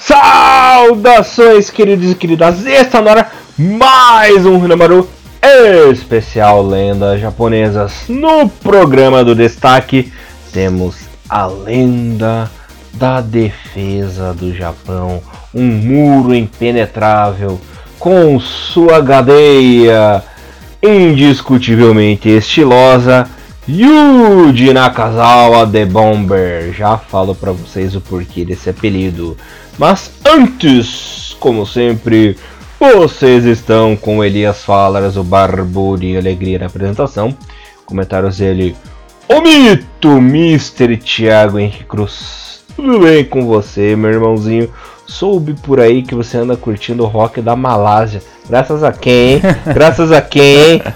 Saudações, queridos e queridas, está na hora mais um Hinamaru especial Lendas Japonesas. No programa do destaque temos a lenda da defesa do Japão, um muro impenetrável com sua cadeia indiscutivelmente estilosa, Yuji Nakazawa The Bomber. Já falo pra vocês o porquê desse apelido. Mas antes, como sempre, vocês estão com Elias Falas, o barbudo e alegria na apresentação. Comentários dele, o mito, Mr. Thiago Henrique Cruz. Tudo bem com você, meu irmãozinho? Soube por aí que você anda curtindo o rock da Malásia. Graças a quem, hein? Graças a quem, hein?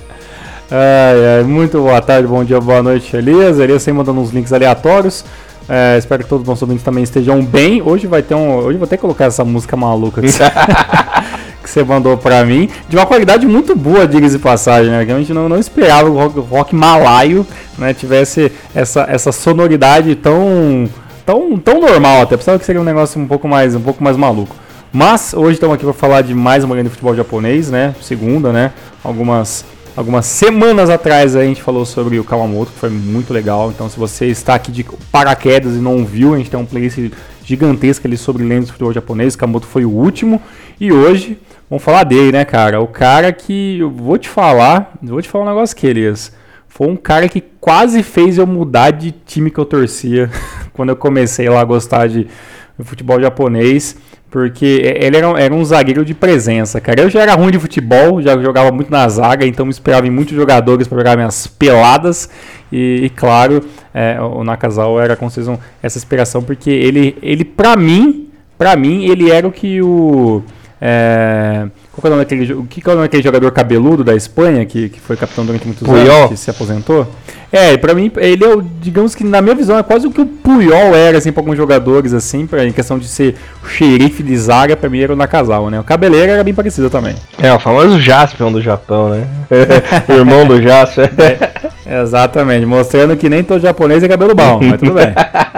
Muito boa tarde, bom dia, boa noite, Elias. Elias sempre mandando uns links aleatórios. Espero que todos os nossos ouvintes também estejam bem. Hoje hoje vou ter que colocar essa música maluca que você mandou pra mim. De uma qualidade muito boa, diga-se de passagem, né? Que a gente não esperava o rock malaio, né, tivesse essa sonoridade tão normal até. Pensava que seria um negócio um pouco mais maluco. Mas hoje estamos aqui para falar de mais uma grande futebol japonês, né? Segunda, né? Algumas semanas atrás a gente falou sobre o Kawamoto, que foi muito legal. Então, se você está aqui de paraquedas e não viu, a gente tem um playlist gigantesco ali sobre lendas do futebol japonês. O Kawamoto foi o último. E hoje, vamos falar dele, né, cara? O cara que, eu vou te falar um negócio aqui, Elias. Foi um cara que quase fez eu mudar de time que eu torcia quando eu comecei lá a gostar de futebol japonês. Porque ele era um zagueiro de presença, cara. Eu já era ruim de futebol, já jogava muito na zaga, então me esperava em muitos jogadores para jogar minhas peladas. E claro, o Nakazawa era com certeza essa inspiração, porque ele pra mim, ele era o que o... qual é o nome daquele jogador cabeludo da Espanha, que foi capitão durante muitos anos, que se aposentou? Pra mim, ele é, digamos que na minha visão, é quase o que o Puyol era, assim, pra alguns jogadores, assim, em questão de ser o xerife de zaga, pra mim era o Nakazawa, né? O Cabeleira era bem parecido também. O famoso Jaspion do Japão, né? O irmão do Jaspion. Exatamente, mostrando que nem todo japonês é cabelo bom, mas tudo bem.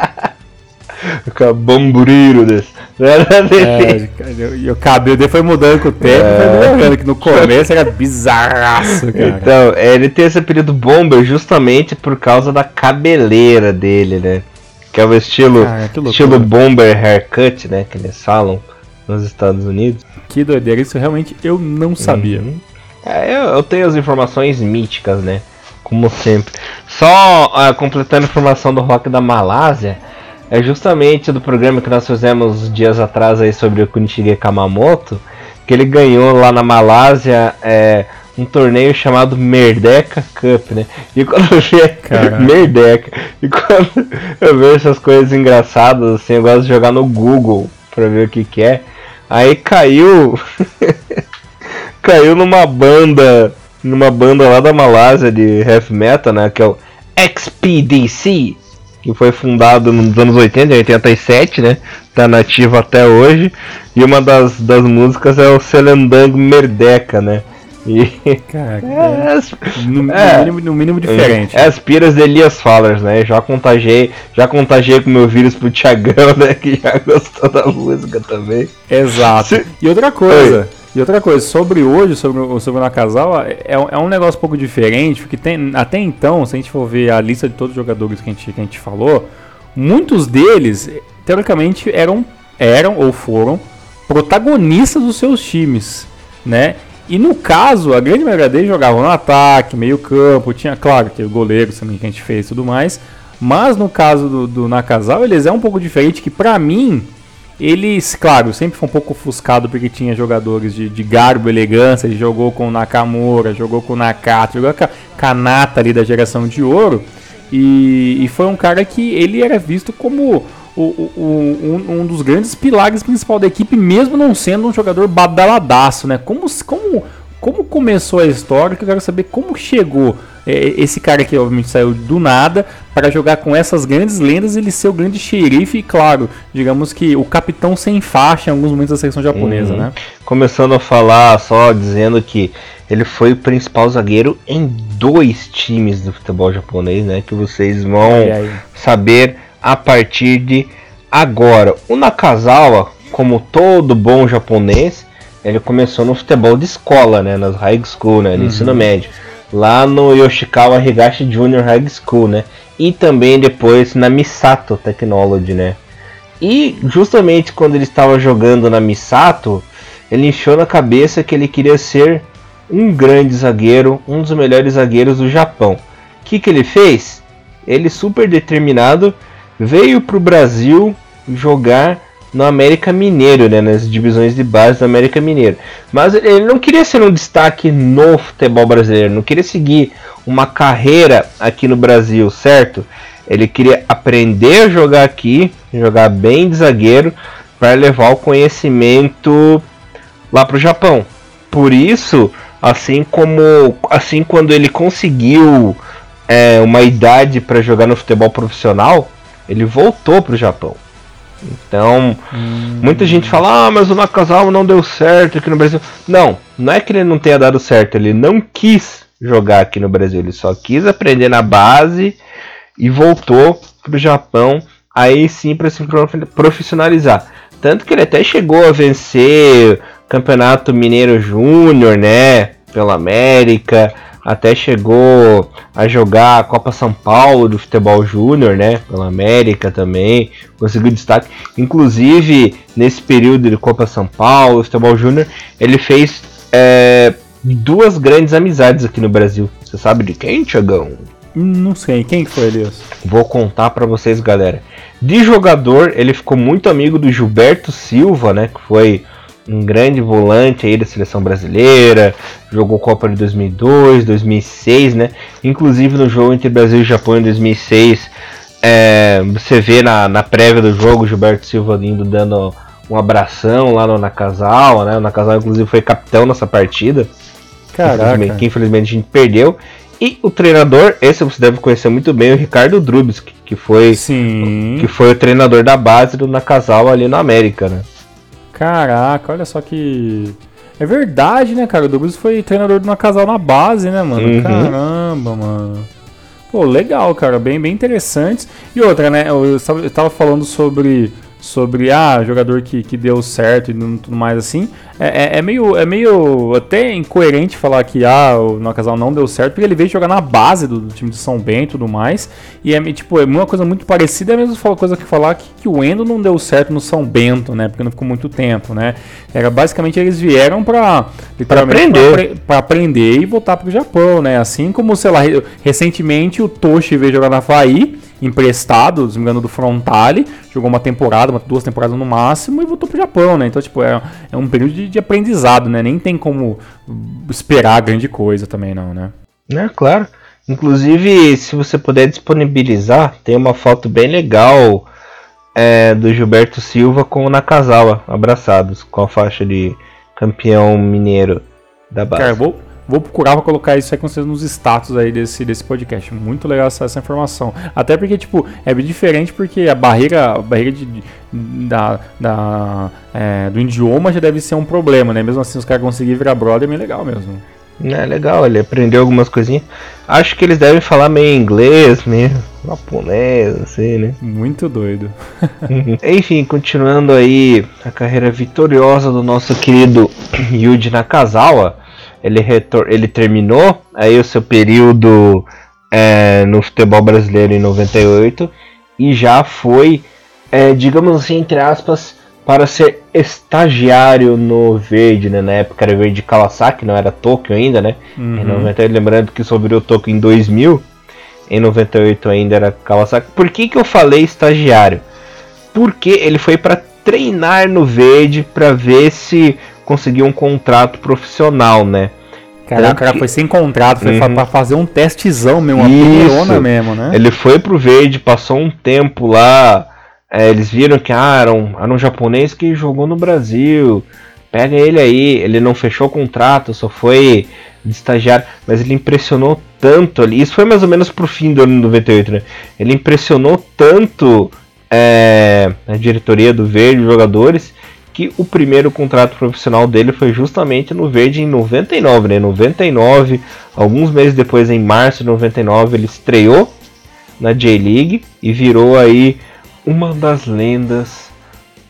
O bamburiro desse. E o cabelo dele foi mudando com o tempo, foi melhorando, que no começo era bizarraço, cara. Então, ele tem esse apelido Bomber justamente por causa da cabeleira dele, né? Que é o estilo Bomber Haircut, né? Que eles falam nos Estados Unidos. Que doideira, isso realmente eu não sabia. Eu tenho as informações míticas, né? Como sempre. Só completando a informação do rock da Malásia, é justamente do programa que nós fizemos dias atrás aí sobre o Kunichige Kamamoto, que ele ganhou lá na Malásia um torneio chamado Merdeka Cup, né? E quando eu vi Merdeka, e quando eu vejo essas coisas engraçadas, assim, eu gosto de jogar no Google pra ver o que é. Aí caiu numa banda lá da Malásia de heavy metal, né? Que é o XPDC. Que foi fundado nos anos 80, em 87, né? Tá nativo até hoje. E uma das músicas é o Selendang Merdeka, né? E... no mínimo diferente. As piras de Elias Falas, né? Já contagiei com meu vírus pro Thiagão, né? Que já gostou da música também. Exato. E outra coisa, sobre o Nakazawa, é um negócio um pouco diferente, porque até então, se a gente for ver a lista de todos os jogadores que a gente falou, muitos deles, teoricamente, eram ou foram protagonistas dos seus times, né? E no caso, a grande maioria deles jogavam no ataque, meio campo, tinha, claro, que o goleiro também que a gente fez e tudo mais, mas no caso do Nakazawa, eles é um pouco diferente, que pra mim... Eles, claro, sempre foi um pouco ofuscado porque tinha jogadores de garbo, elegância. Ele jogou com o Nakamura, jogou com o Nakata, jogou com a Kanata ali da geração de ouro. E foi um cara que ele era visto como um dos grandes pilares principal da equipe, mesmo não sendo um jogador badaladaço, né? Como começou a história, que eu quero saber como chegou esse cara que obviamente saiu do nada para jogar com essas grandes lendas, ele ser o grande xerife e, claro, digamos que o capitão sem faixa em alguns momentos da seleção japonesa, né? Começando a falar, só dizendo que ele foi o principal zagueiro em 2 times do futebol japonês, né? Que vocês vão saber a partir de agora. O Nakazawa como todo bom japonês, ele começou no futebol de escola, né? Nas high school, né? No ensino médio. Lá no Yoshikawa Higashi Junior High School, né? E também depois na Misato Technology, né? E justamente quando ele estava jogando na Misato, ele encheu na cabeça que ele queria ser um grande zagueiro, um dos melhores zagueiros do Japão. O que ele fez? Ele, super determinado, veio para o Brasil jogar no América Mineiro, né, nas divisões de base do América Mineiro. Mas ele não queria ser um destaque no futebol brasileiro, não queria seguir uma carreira aqui no Brasil, certo? Ele queria aprender a jogar aqui, jogar bem de zagueiro, para levar o conhecimento lá para o Japão. Por isso, assim quando ele conseguiu uma idade para jogar no futebol profissional, ele voltou para o Japão. Então, muita gente fala, mas o Nakazawa não deu certo aqui no Brasil. Não é que ele não tenha dado certo, ele não quis jogar aqui no Brasil, ele só quis aprender na base e voltou pro Japão, aí sim para se profissionalizar. Tanto que ele até chegou a vencer o Campeonato Mineiro Júnior, né, pela América, até chegou a jogar a Copa São Paulo do Futebol Júnior, né, pela América também, conseguiu destaque. Inclusive, nesse período de Copa São Paulo, Futebol Júnior, ele fez 2 grandes amizades aqui no Brasil. Você sabe de quem, Thiagão? Não sei, quem foi, Elias? Vou contar pra vocês, galera. De jogador, ele ficou muito amigo do Gilberto Silva, né, que foi um grande volante aí da seleção brasileira, jogou Copa de 2002, 2006, né? Inclusive no jogo entre Brasil e Japão em 2006, você vê na prévia do jogo o Gilberto Silva indo dando um abração lá no Nakazawa, né? O Nakazawa inclusive foi capitão nessa partida. Caraca. Que infelizmente a gente perdeu. E o treinador, esse você deve conhecer muito bem, o Ricardo Drubsky, que foi o treinador da base do Nakazawa ali no América, né? Caraca, olha só que... É verdade, né, cara? O Drubsky foi treinador do Nakazawa na base, né, mano? Caramba, mano. Pô, legal, cara. Bem interessante. E outra, né? Eu tava falando sobre jogador que deu certo e tudo mais assim. É meio até incoerente falar que o Nakazawa não deu certo, porque ele veio jogar na base do time de São Bento e tudo mais. E é uma coisa muito parecida, é a mesma coisa que falar que o Endo não deu certo no São Bento, né? Porque não ficou muito tempo, né? Era basicamente eles vieram pra aprender e voltar pro Japão, né? Assim como, sei lá, recentemente o Toshi veio jogar na Havaí, emprestado, se não me engano, do Frontale, jogou uma temporada, 2 temporadas no máximo e voltou pro Japão, né? Então, é um período de aprendizado, né? Nem tem como esperar grande coisa também, não, né? Claro. Inclusive, se você puder disponibilizar, tem uma foto bem legal do Gilberto Silva com o Nakazawa abraçados, com a faixa de campeão mineiro da base. Cara, vou procurar pra colocar isso aí com vocês nos status aí desse podcast. Muito legal essa informação. Até porque, é bem diferente porque a barreira do idioma já deve ser um problema, né? Mesmo assim, os caras conseguirem virar brother é bem legal mesmo. É legal, ele aprendeu algumas coisinhas. Acho que eles devem falar meio inglês, meio japonês, assim, né? Muito doido. Enfim, continuando aí a carreira vitoriosa do nosso querido Yuji Nakazawa. Ele terminou aí o seu período no futebol brasileiro em 98 e já foi, digamos assim, entre aspas, para ser estagiário no Verde, né? Na época era Verde Kawasaki, não era Tóquio ainda, né? Em 98, lembrando que só virou Tóquio em 2000, em 98 ainda era Kawasaki. Por que eu falei estagiário? Porque ele foi para treinar no Verde para ver se conseguiu um contrato profissional, né? Cara, o cara foi sem contrato, foi pra fazer um testezão mesmo, uma primeirona mesmo, né? Ele foi pro Verde, passou um tempo lá, eles viram que era um japonês que jogou no Brasil, pega ele aí. Ele não fechou o contrato, só foi de estagiário, mas ele impressionou tanto ali, isso foi mais ou menos pro fim do ano de 98, né? Ele impressionou tanto a diretoria do Verde, os jogadores, que o primeiro contrato profissional dele foi justamente no Verde em 99, né? Em 99, alguns meses depois, em março de 99, ele estreou na J-League e virou aí uma das lendas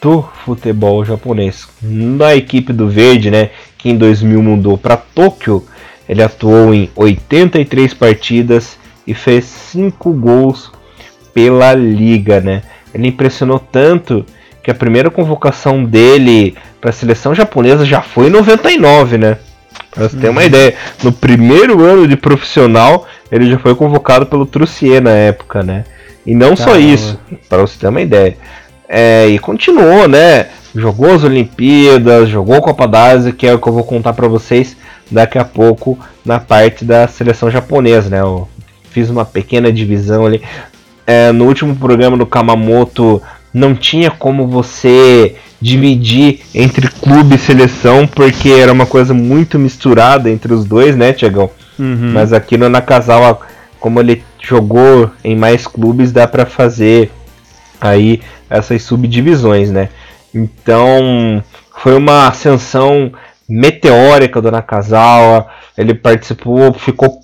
do futebol japonês. Na equipe do Verde, né, que em 2000 mudou para Tóquio, ele atuou em 83 partidas e fez 5 gols pela liga, né? Ele impressionou tanto que a primeira convocação dele para a seleção japonesa já foi em 99, né? Pra você ter uma ideia, no primeiro ano de profissional, ele já foi convocado pelo Trucier na época, né? E não só isso, para você ter uma ideia. E continuou, né? Jogou as Olimpíadas, jogou a Copa da Ásia, que é o que eu vou contar para vocês daqui a pouco na parte da seleção japonesa, né? Eu fiz uma pequena divisão ali. No último programa do Kamamoto, não tinha como você dividir entre clube e seleção, porque era uma coisa muito misturada entre os dois, né, Tiagão? Mas aqui no Nakazawa, como ele jogou em mais clubes, dá para fazer aí essas subdivisões, né? Então, foi uma ascensão meteórica do Nakazawa. Ele participou, ficou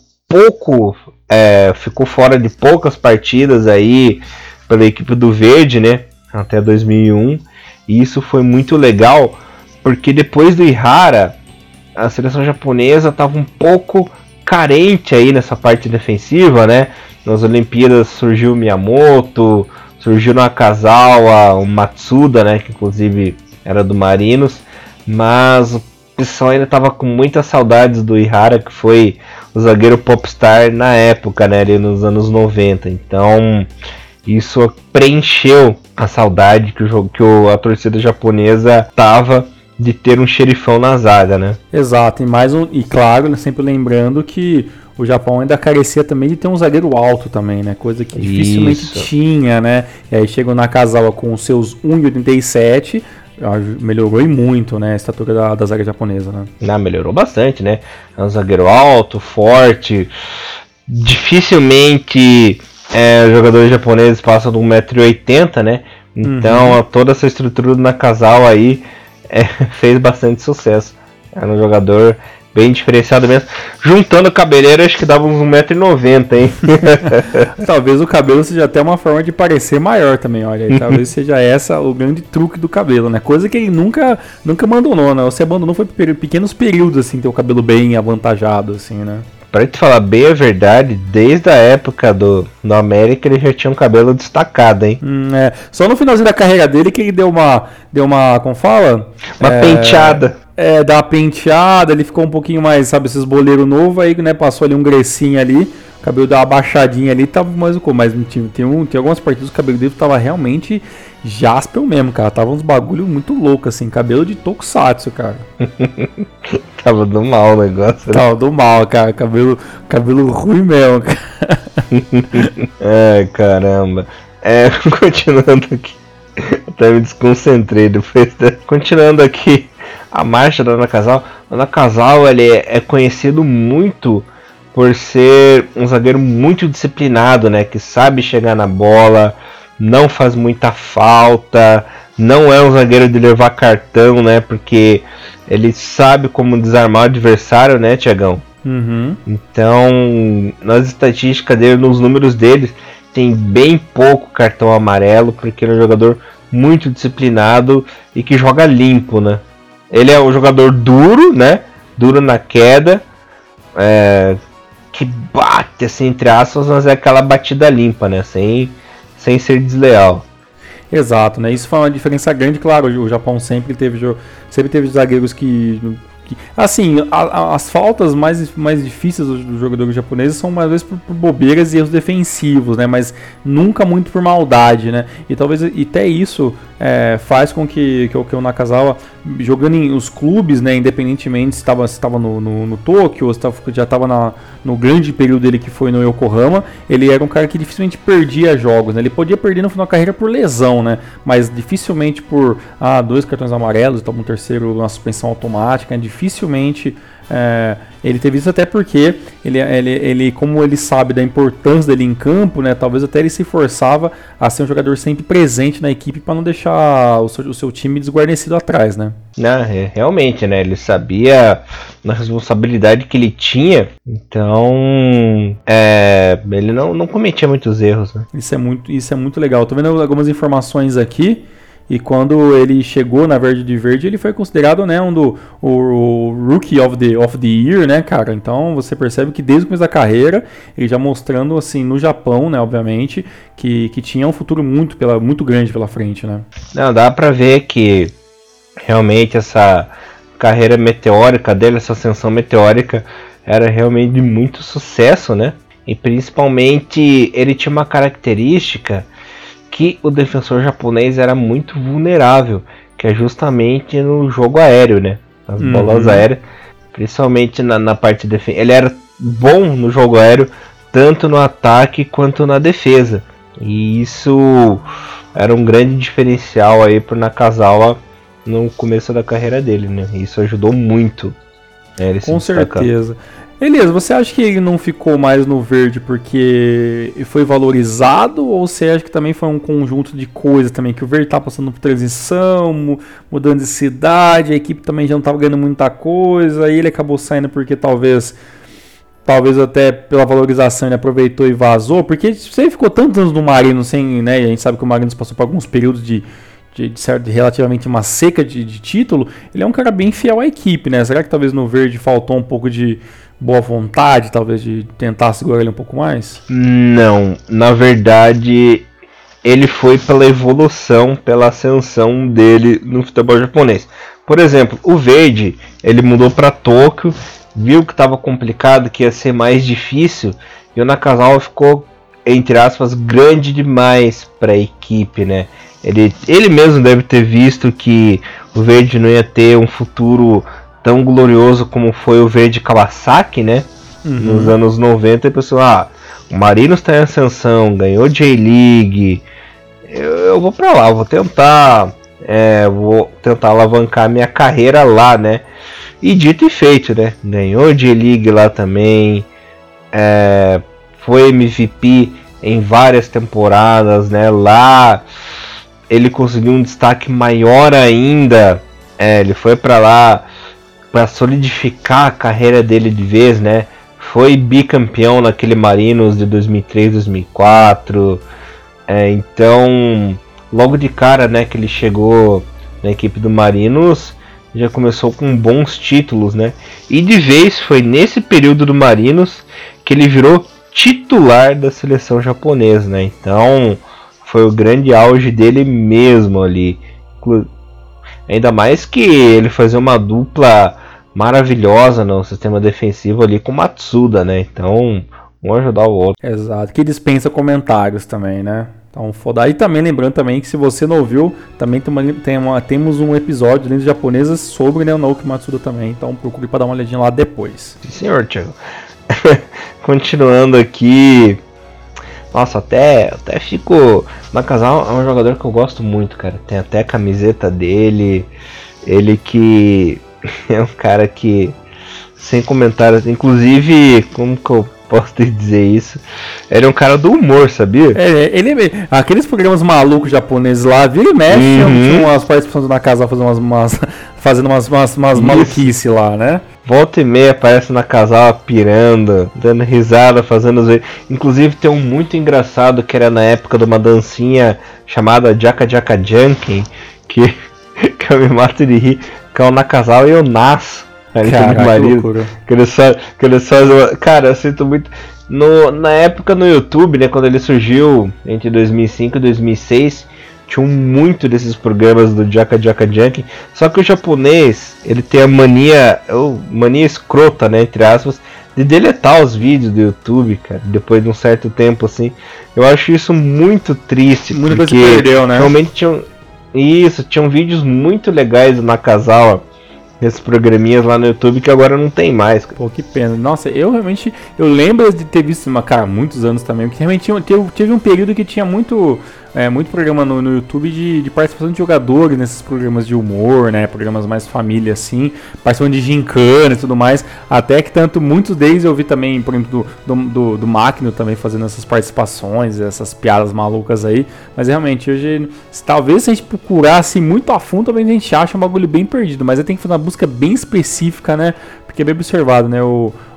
fora de poucas partidas aí pela equipe do Verde, né? Até 2001. E isso foi muito legal, porque depois do Ihara, a seleção japonesa estava um pouco carente aí nessa parte defensiva, né? Nas Olimpíadas surgiu o Miyamoto, surgiu Nakazawa, o Matsuda, né? Que inclusive era do Marinos. Mas o pessoal ainda estava com muitas saudades do Ihara, que foi o zagueiro popstar na época, né? Ali nos anos 90. Então isso preencheu a saudade que a torcida japonesa tava de ter um xerifão na zaga, né? Exato, e claro, né, sempre lembrando que o Japão ainda carecia também de ter um zagueiro alto também, né? Coisa que dificilmente tinha, né? E aí chegou na Nakazawa com os seus 1,87, melhorou e muito, né? A estatura da zaga japonesa, né? Melhorou bastante, né? É um zagueiro alto, forte, dificilmente jogadores japoneses passam de 1,80 m, né? Então toda essa estrutura do Nakazawa aí fez bastante sucesso. Era um jogador bem diferenciado mesmo. Juntando a cabeleira, acho que dava uns 1,90 m, hein? Talvez o cabelo seja até uma forma de parecer maior também, olha aí. Talvez seja essa o grande truque do cabelo, né? Coisa que ele nunca abandonou, né? Você abandonou foi por pequenos períodos, assim, ter o cabelo bem avantajado, assim, né? Pra te falar bem a verdade, desde a época do América ele já tinha um cabelo destacado, hein? Só no finalzinho da carreira dele que ele deu uma como fala? Uma penteada. Dá uma penteada, ele ficou um pouquinho mais, sabe, esses boleiros novos, aí, né, passou ali um grecinho ali, o cabelo deu uma baixadinha ali, tava mais mas tem algumas partidas que o cabelo dele tava realmente jaspel mesmo, cara, tava uns bagulho muito louco, assim, cabelo de tokusatsu, cara. Tava do mal o negócio. Né? Tava do mal, cara, cabelo ruim mesmo, cara. Caramba. Continuando aqui, até me desconcentrei depois. Continuando aqui, a marcha da Nakazawa. O Nakazawa, ele é conhecido muito por ser um zagueiro muito disciplinado, né? Que sabe chegar na bola, não faz muita falta, não é um zagueiro de levar cartão, né? Porque ele sabe como desarmar o adversário, né, Tiagão? Então, nas estatísticas dele, nos números dele, tem bem pouco cartão amarelo, porque ele é um jogador muito disciplinado e que joga limpo, né? Ele é um jogador duro, né? Duro na queda, que bate, assim, entre aspas, mas é aquela batida limpa, né? Sem ser desleal. Exato, né? Isso foi uma diferença grande, claro. O Japão sempre teve zagueiros que assim, as faltas mais difíceis dos jogadores japoneses são mais vezes por bobeiras e erros defensivos, né? Mas nunca muito por maldade, né? E talvez até isso faz com que o Nakazawa, jogando em os clubes, né? Independentemente se estava no Tóquio ou se já estava no grande período dele que foi no Yokohama, ele era um cara que dificilmente perdia jogos, né? Ele podia perder no final da carreira por lesão, né? Mas dificilmente por 2 cartões amarelos, estava um terceiro na suspensão automática, né? Dificilmente ele teve isso, até porque ele, como ele sabe da importância dele em campo, né, talvez até ele se forçava a ser um jogador sempre presente na equipe para não deixar o seu time desguarnecido atrás, né? Realmente, né? Ele sabia da responsabilidade que ele tinha, então ele não cometia muitos erros, né? Isso é muito legal. Tô vendo algumas informações aqui. E quando ele chegou na Verde de Verde, ele foi considerado, né, o Rookie of the Year, né, cara? Então você percebe que desde o começo da carreira, ele já mostrando, assim, no Japão, né, obviamente, que tinha um futuro muito grande pela frente, né? Não, dá pra ver que realmente essa carreira meteórica dele, essa ascensão meteórica, era realmente de muito sucesso, né? E principalmente ele tinha uma característica que o defensor japonês era muito vulnerável, que é justamente no jogo aéreo, né? As bolas aéreas, principalmente na parte de defesa. Ele era bom no jogo aéreo, tanto no ataque quanto na defesa. E isso era um grande diferencial aí pro Nakazawa no começo da carreira dele, né? Isso ajudou muito, né, ele com certeza. Elias, você acha que ele não ficou mais no verde porque foi valorizado, ou você acha que também foi um conjunto de coisas também, que o verde tá passando por transição, mudando de cidade, a equipe também já não estava ganhando muita coisa, e ele acabou saindo porque talvez até pela valorização ele aproveitou e vazou, porque você ficou tantos anos no Marinos sem, né, a gente sabe que o Marinos passou por alguns períodos de relativamente uma seca de título, ele é um cara bem fiel à equipe, né? Será que talvez no verde faltou um pouco de boa vontade, talvez de tentar segurar ele um pouco mais? Não, na verdade ele foi pela evolução, pela ascensão dele no futebol japonês. Por exemplo, o verde, ele mudou para Tóquio, viu que estava complicado, que ia ser mais difícil, e o Nakazawa ficou, entre aspas, grande demais para a equipe, né? Ele mesmo deve ter visto que o verde não ia ter um futuro tão glorioso como foi o verde Kawasaki, né? Nos anos 90, e pensou, o Marinos está em ascensão, ganhou J-League, eu vou para lá, vou tentar alavancar minha carreira lá, né? E dito e feito, né? Ganhou J-League lá também, foi MVP em várias temporadas, né? Lá ele conseguiu um destaque maior ainda. Ele foi para lá para solidificar a carreira dele de vez, né? Foi bicampeão naquele Marinos de 2003, 2004. Então, logo de cara, né, que ele chegou na equipe do Marinos, já começou com bons títulos, né? E de vez foi nesse período do Marinos que ele virou titular da seleção japonesa, né? Então, foi o grande auge dele mesmo ali. Ainda mais que ele fazia uma dupla maravilhosa no sistema defensivo ali com o Matsuda, né? Então, um ajudar o outro. Exato, que dispensa comentários também, né? Então, foda. E também lembrando também que se você não ouviu, também temos um episódio de Lendas Japonesas sobre, né, o Naoki Matsuda também. Então, procure para dar uma olhadinha lá depois. Sim, senhor, Thiago. Continuando aqui. Nossa, até fico... Nakazawa é um jogador que eu gosto muito, cara. Tem até a camiseta dele. Ele que é um cara que... Sem comentários. Inclusive, como que eu posso te dizer isso? Ele é um cara do humor, sabia? Aqueles programas malucos japoneses lá, vira e mexe, tinha umas participações do Nakazawa fazendo umas maluquices lá, né? Volta e meia aparece na Nakazawa pirando, dando risada, fazendo... Inclusive tem um muito engraçado que era na época de uma dancinha chamada Jaka Jaka Junkin, que eu me mato de rir, que é o Nakazawa e o Nas. Que eles fazem... Cara, eu sinto muito... Na época no YouTube, né, quando ele surgiu entre 2005 e 2006... Tinha muito desses programas do Jaka Jaka Junkin. Só que o japonês, ele tem a mania escrota, né, entre aspas, de deletar os vídeos do YouTube, cara, depois de um certo tempo, assim. Eu acho isso muito triste, muita porque coisa perdeu, né? Realmente tinham vídeos muito legais do Nakazawa, esses programinhas lá no YouTube que agora não tem mais. Pô, que pena. Nossa, eu lembro de ter visto muitos anos também, porque realmente teve um período que tinha muito programa no YouTube de participação de jogadores nesses programas de humor, né? Programas mais família, assim, participando de gincana e tudo mais. Até que muitos deles eu vi também, por exemplo, do Máquina também fazendo essas participações, essas piadas malucas aí. Mas realmente, hoje, talvez se a gente procurasse muito a fundo, talvez a gente ache um bagulho bem perdido. Mas aí tem que fazer uma busca bem específica, né? Porque é bem observado, né? O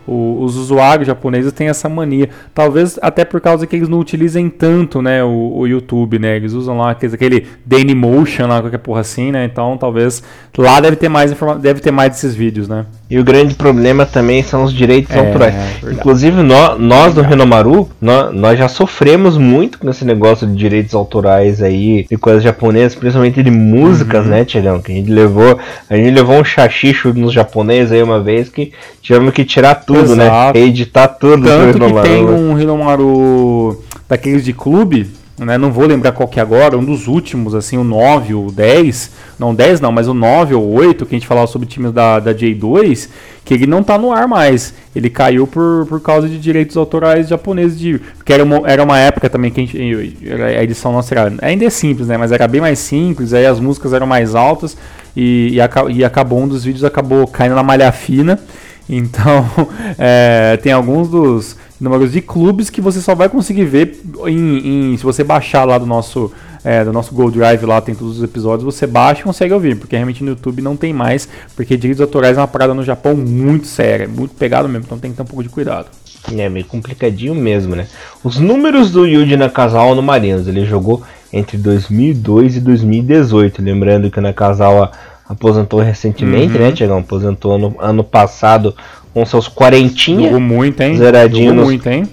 os usuários japoneses têm essa mania. Talvez até por causa que eles não utilizem tanto, né, o YouTube, né? Eles usam lá aquele Dailymotion, lá, qualquer porra assim, né? Então talvez lá deve ter mais desses vídeos, né? E o grande problema também são os direitos autorais. Inclusive nós do Renomaru, nós já sofremos muito com esse negócio de direitos autorais aí, de coisas japonesas, principalmente de músicas, né, Tiagão? Que a gente levou um chachicho nos japoneses aí uma vez que tivemos que tirar tudo, exato, né? Reeditar tudo. Tanto que tem um Renomaru daqueles de clube, né? Não vou lembrar qual que é agora, um dos últimos, assim, o 9, o 10, não 10 não, mas o 9 ou 8, que a gente falava sobre times da J2, que ele não tá no ar mais. Ele caiu por causa de direitos autorais japoneses, que era uma época também que a edição nossa ainda é simples, né? Mas era bem mais simples, aí as músicas eram mais altas e acabou um dos vídeos acabou caindo na malha fina. Então, tem alguns dos números de clubes que você só vai conseguir ver se você baixar lá do nosso Gold Drive, lá tem todos os episódios, você baixa e consegue ouvir, porque realmente no YouTube não tem mais, porque direitos autorais é uma parada no Japão muito séria, muito pegado mesmo, então tem que ter um pouco de cuidado. É meio complicadinho mesmo, né? Os números do Yuji Nakazawa no Marinos, ele jogou entre 2002 e 2018, lembrando que o Nakazawa aposentou recentemente, né, Tiagão? Aposentou no ano passado com seus 40. Jogou muito, hein? Zeradinho. Jogou muito, hein?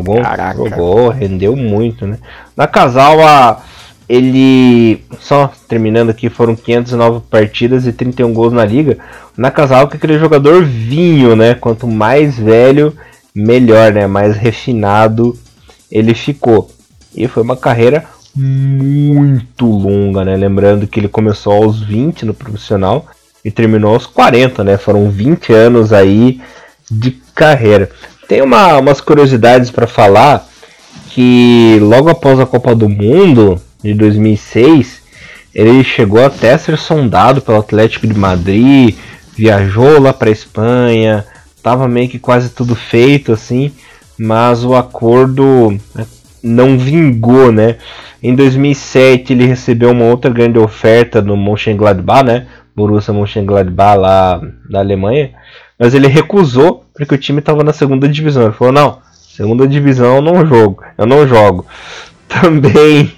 Jogou, rendeu muito, né? Nakazawa, ele, só terminando aqui, foram 509 partidas e 31 gols na liga. O Nakazawa que é aquele jogador vinho, né? Quanto mais velho, melhor, né? Mais refinado ele ficou. E foi uma carreira muito longa, né? Lembrando que ele começou aos 20 no profissional e terminou aos 40, né? Foram 20 anos aí de carreira. Tem umas curiosidades para falar, que logo após a Copa do Mundo de 2006, ele chegou até a ser sondado pelo Atlético de Madrid, viajou lá para Espanha, tava meio que quase tudo feito assim, mas o acordo não vingou, né? Em 2007 ele recebeu uma outra grande oferta no Mönchengladbach, né? Borussia Mönchengladbach lá da Alemanha, mas ele recusou porque o time estava na segunda divisão. Ele falou: não, segunda divisão eu não jogo. Também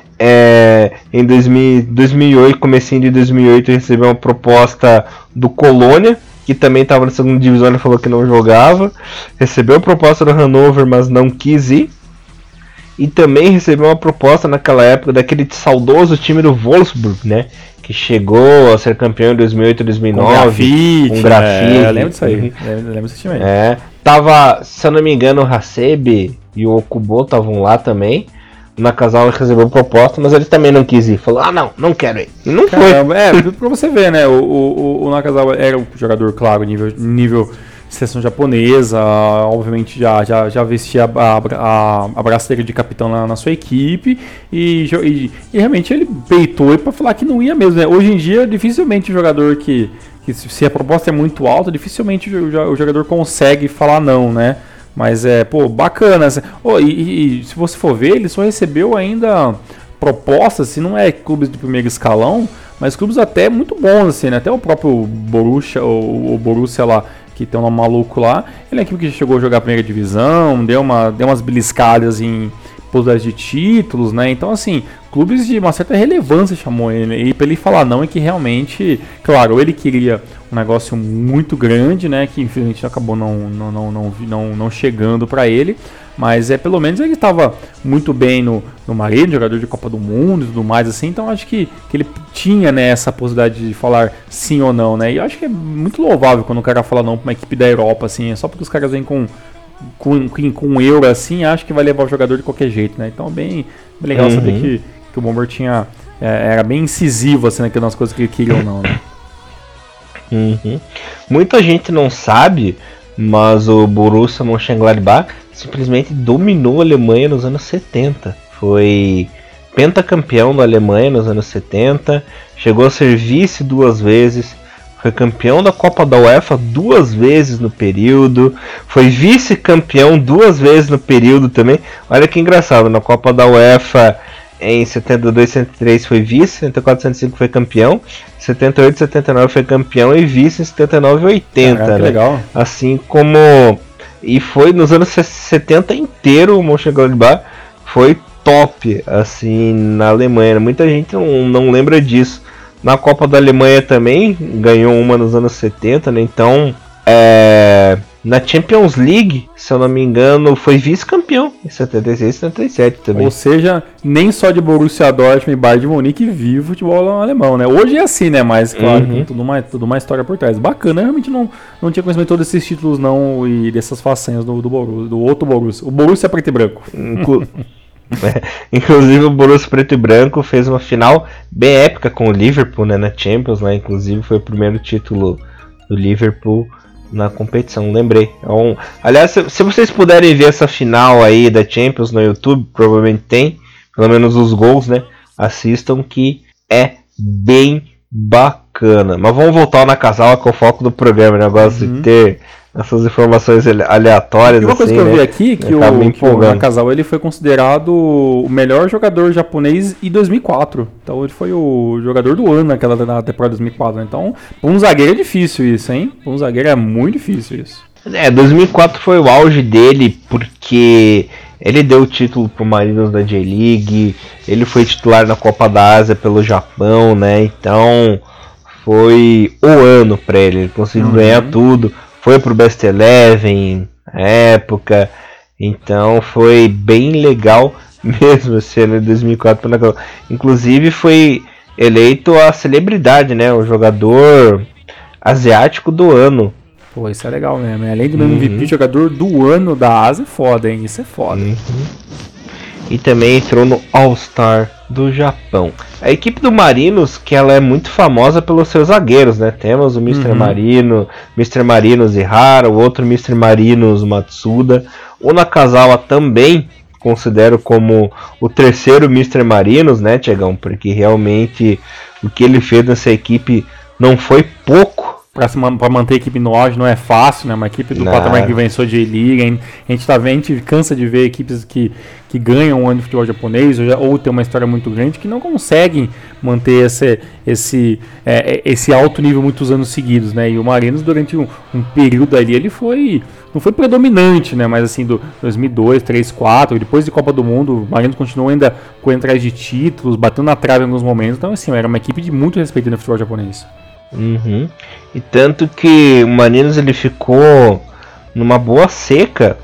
em 2008, comecinho de 2008, ele recebeu uma proposta do Colônia, que também estava na segunda divisão. Ele falou que não jogava. Recebeu a proposta do Hannover, mas não quis ir. E também recebeu uma proposta naquela época daquele saudoso time do Wolfsburg, né? Que chegou a ser campeão em 2008 e 2009. Com grafite. Eu lembro disso aí. Lembro desse time aí. Tava, se eu não me engano, o Hasebe e o Okubo estavam lá também. O Nakazawa recebeu proposta, mas ele também não quis ir. Falou: não quero ir. E não foi. Pra você ver, né? O Nakazawa era um jogador, claro, nível seleção japonesa, obviamente já vestia a braçadeira de capitão na sua equipe e realmente ele peitou para falar que não ia mesmo, né? Hoje em dia, dificilmente o jogador que se a proposta é muito alta, dificilmente o jogador consegue falar não, né? Mas bacana. E se você for ver, ele só recebeu ainda propostas, se não é clubes de primeiro escalão, mas clubes até muito bons, assim, né? Até o próprio Borussia, o Borussia lá, que tem um nome maluco lá, ele é uma equipe que chegou a jogar a primeira divisão, deu umas beliscadas em possibilidades de títulos, né? Então, assim, clubes de uma certa relevância chamou ele, e para ele falar não é que realmente, claro, ele queria um negócio muito grande, né? Que infelizmente acabou não chegando para ele, mas pelo menos ele estava muito bem no Marino, jogador de Copa do Mundo e tudo mais assim, então acho que ele tinha, né, essa possibilidade de falar sim ou não, né? E eu acho que é muito louvável quando o cara fala não para uma equipe da Europa, assim, é só porque os caras vêm com um euro assim, acho que vai levar o jogador de qualquer jeito, né? Então bem legal saber que o Bomber era bem incisivo assim, nas coisas que ele queria ou não, né? Muita gente não sabe, mas o Borussia Mönchengladbach simplesmente dominou a Alemanha nos anos 70. Foi pentacampeão da Alemanha nos anos 70, chegou a ser vice 2 vezes, foi campeão da Copa da UEFA 2 vezes no período, foi vice-campeão 2 vezes no período também. Olha que engraçado, na Copa da UEFA em 72, 73 foi vice, 74, 75 foi campeão, 78, 79 foi campeão e vice em 79 e 80, né? Legal. Assim como E foi nos anos 70 inteiro o Mönchengladbach foi top, assim, na Alemanha. Muita gente não lembra disso. Na Copa da Alemanha também, ganhou uma nos anos 70, né? Então, na Champions League, se eu não me engano, foi vice-campeão em 76 e 77 também. Ou seja, nem só de Borussia Dortmund e Bayern de Munique vive o futebol alemão, né? Hoje é assim, né? Mas, claro, tem tudo uma história por trás. Bacana, eu realmente não tinha conhecimento de todos esses títulos, não, e dessas façanhas do Borussia, do outro Borussia. O Borussia preto e branco. Inclusive o Borussia preto e branco fez uma final bem épica com o Liverpool, né, na Champions, né? Inclusive foi o primeiro título do Liverpool na competição, lembrei. Aliás, se vocês puderem ver essa final aí da Champions no YouTube, provavelmente tem, pelo menos os gols, né? Assistam, que é bem bacana. Mas vamos voltar ao Nakazawa, que é o foco do programa, né? Eu gosto de ter essas informações aleatórias. E uma coisa assim, que eu vi né? aqui, que o Nakazawa ele foi considerado o melhor jogador japonês em 2004. Então ele foi o jogador do ano naquela temporada de 2004. Né? Então, para um zagueiro é difícil isso, hein? Para um zagueiro é muito difícil isso. 2004 foi o auge dele, porque ele deu o título pro Marinos da J-League, ele foi titular na Copa da Ásia pelo Japão, né? Então foi o ano para ele, ele conseguiu ganhar tudo. Foi pro Best Eleven na época, então foi bem legal mesmo esse ano de 2004. Inclusive foi eleito a celebridade, né? O jogador asiático do ano. Pô, isso é legal mesmo. Além do MVP, jogador do ano da Ásia é foda, hein? Isso é foda. E também entrou no All-Star do Japão. A equipe do Marinos, que ela é muito famosa pelos seus zagueiros, né? Temos o Mr. Marino, Mr. Marinos Ihara, o outro Mr. Marinos Matsuda. O Nakazawa também considero como o terceiro Mr. Marinos, né, Tiagão? Porque realmente o que ele fez nessa equipe não foi pouco. Pra manter a equipe no auge não é fácil, né? Uma equipe do patamar que venceu de Liga. A gente cansa de ver equipes que ganham o ano de futebol japonês ou tem uma história muito grande que não conseguem manter esse alto nível muitos anos seguidos, né? E o Marinos, durante um período ali, ele não foi predominante, né? Mas assim, do 2002, 2003, 2004, depois de Copa do Mundo, o Marinos continuou ainda correndo atrás de títulos, batendo na trave em alguns momentos. Então, assim, era uma equipe de muito respeito no futebol japonês. E tanto que o Marinos ele ficou numa boa seca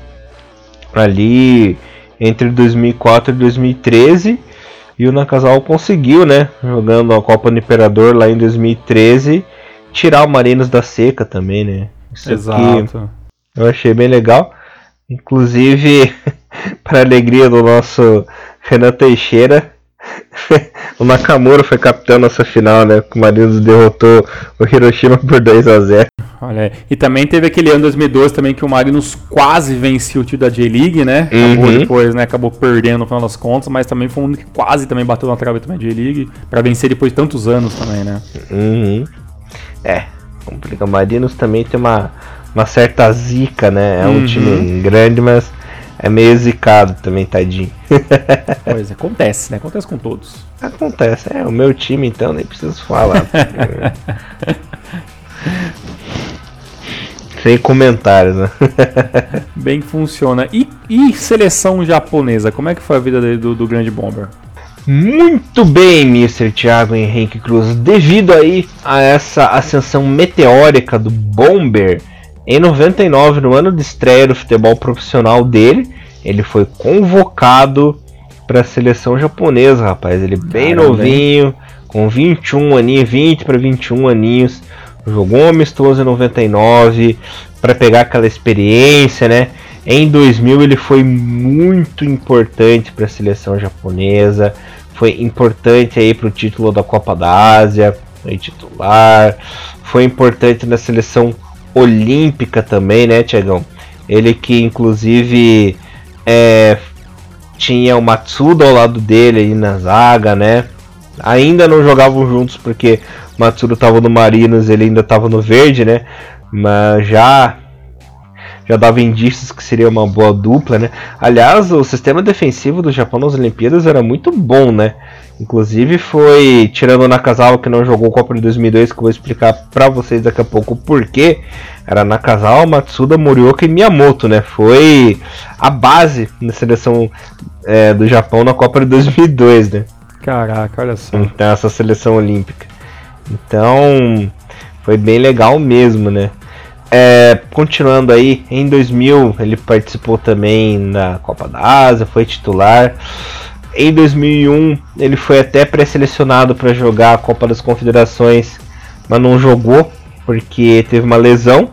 ali entre 2004 e 2013, e o Nakazawa conseguiu, né, jogando a Copa do Imperador lá em 2013, tirar o Marinos da seca também, né? Isso exato. Eu achei bem legal. Inclusive, para alegria do nosso Renan Teixeira, o Nakamura foi capitão nessa final, né? O Marinos derrotou o Hiroshima por 2-0. Olha aí. E também teve aquele ano 2012 também que o Marinos quase venceu o time da J-League, né? Acabou depois, né? Acabou perdendo no final das contas, mas também foi um que quase também bateu na trave também da J-League pra vencer depois de tantos anos também, né? Complica. O Marinos também tem uma certa zica, né? É um time grande, mas é meio zicado também, tadinho. Pois é, acontece, né? Acontece com todos. Acontece, o meu time então nem preciso falar. Sem comentários, né? Bem que funciona. E seleção japonesa? Como é que foi a vida do grande Bomber? Muito bem, Mr. Thiago Henrique Cruz. Devido aí a essa ascensão meteórica do Bomber, em 99, no ano de estreia do futebol profissional dele, ele foi convocado para a seleção japonesa, rapaz. Ele bem novinho, com 21 aninhos, 20 para 21 aninhos, jogou um amistoso em 99 para pegar aquela experiência, né? Em 2000 ele foi muito importante para a seleção japonesa, foi importante aí para o título da Copa da Ásia, foi titular, foi importante na seleção olímpica também, né, Tiagão? Ele que inclusive tinha o Matsuda ao lado dele aí na zaga, né? Ainda não jogavam juntos porque o Matsuda estava no Marinos, ele ainda estava no Verde, né? Mas já já dava indícios que seria uma boa dupla, né? Aliás, o sistema defensivo do Japão nas Olimpíadas era muito bom, né? Inclusive foi, tirando o Nakazawa que não jogou Copa de 2002, que eu vou explicar pra vocês daqui a pouco o porquê, era Nakazawa, Matsuda, Morioka e Miyamoto, né? Foi a base da seleção do Japão na Copa de 2002, né? Caraca, olha só. Então, essa seleção olímpica. Então, foi bem legal mesmo, né? Continuando aí, em 2000 ele participou também na Copa da Ásia, foi titular. Em 2001 ele foi até pré-selecionado para jogar a Copa das Confederações, mas não jogou porque teve uma lesão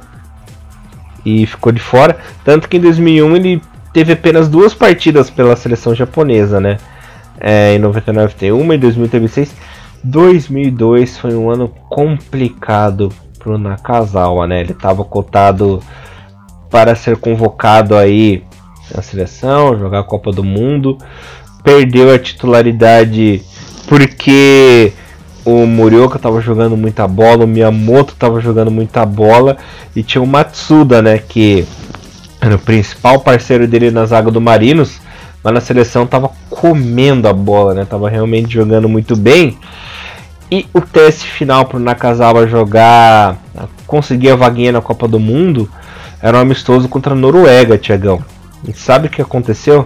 e ficou de fora. Tanto que em 2001 ele teve apenas 2 partidas pela seleção japonesa, né? Em 99 tem uma, em 2000 teve 6. 2002 foi um ano complicado pro Nakazawa, né? Ele estava cotado para ser convocado aí na seleção, jogar a Copa do Mundo. Perdeu a titularidade porque o Morioka estava jogando muita bola, o Miyamoto estava jogando muita bola e tinha o Matsuda, né, que era o principal parceiro dele na zaga do Marinos, mas na seleção estava comendo a bola, né, estava realmente jogando muito bem. E o teste final para o Nakazawa conseguir a vaguinha na Copa do Mundo, era um amistoso contra a Noruega, Tiagão. E sabe o que aconteceu?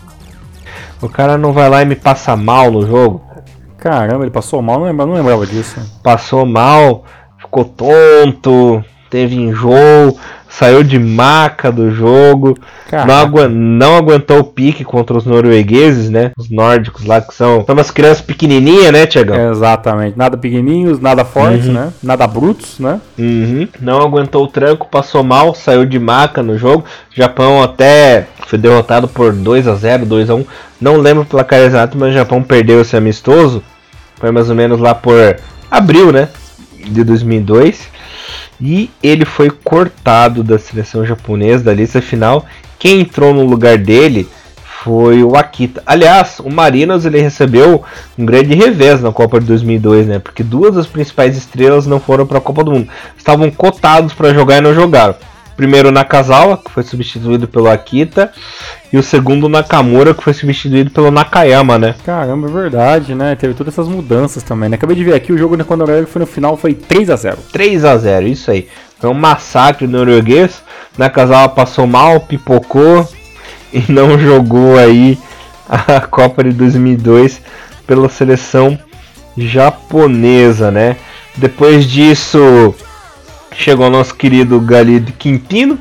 O cara não vai lá e me passa mal no jogo. Caramba, ele passou mal? Não lembrava disso. Passou mal, ficou tonto, teve enjoo, saiu de maca do jogo, não aguentou o pique contra os noruegueses, né? Os nórdicos lá, que são umas crianças pequenininhas, né, Tiagão? Exatamente, nada pequenininhos, nada fortes, né? Nada brutos, né? Não aguentou o tranco, passou mal, saiu de maca no jogo. O Japão até foi derrotado por 2-0, 2-1. Não lembro o placar exato, mas o Japão perdeu esse amistoso. Foi mais ou menos lá por abril, né? De 2002. E ele foi cortado da seleção japonesa, da lista final. Quem entrou no lugar dele foi o Akita. Aliás, o Marinos ele recebeu um grande revés na Copa de 2002, né? Porque 2 das principais estrelas não foram para a Copa do Mundo. Estavam cotados para jogar e não jogaram. Primeiro o Nakazawa, que foi substituído pelo Akita, e o segundo o Nakamura, que foi substituído pelo Nakayama, né? Caramba, é verdade, né? Teve todas essas mudanças também, né? Acabei de ver aqui, o jogo quando o foi no final foi 3-0. 3-0, isso aí. Foi um massacre norueguês. Nakazawa passou mal, pipocou e não jogou aí a Copa de 2002 pela seleção japonesa, né? Depois disso chegou o nosso querido Galido Quintino,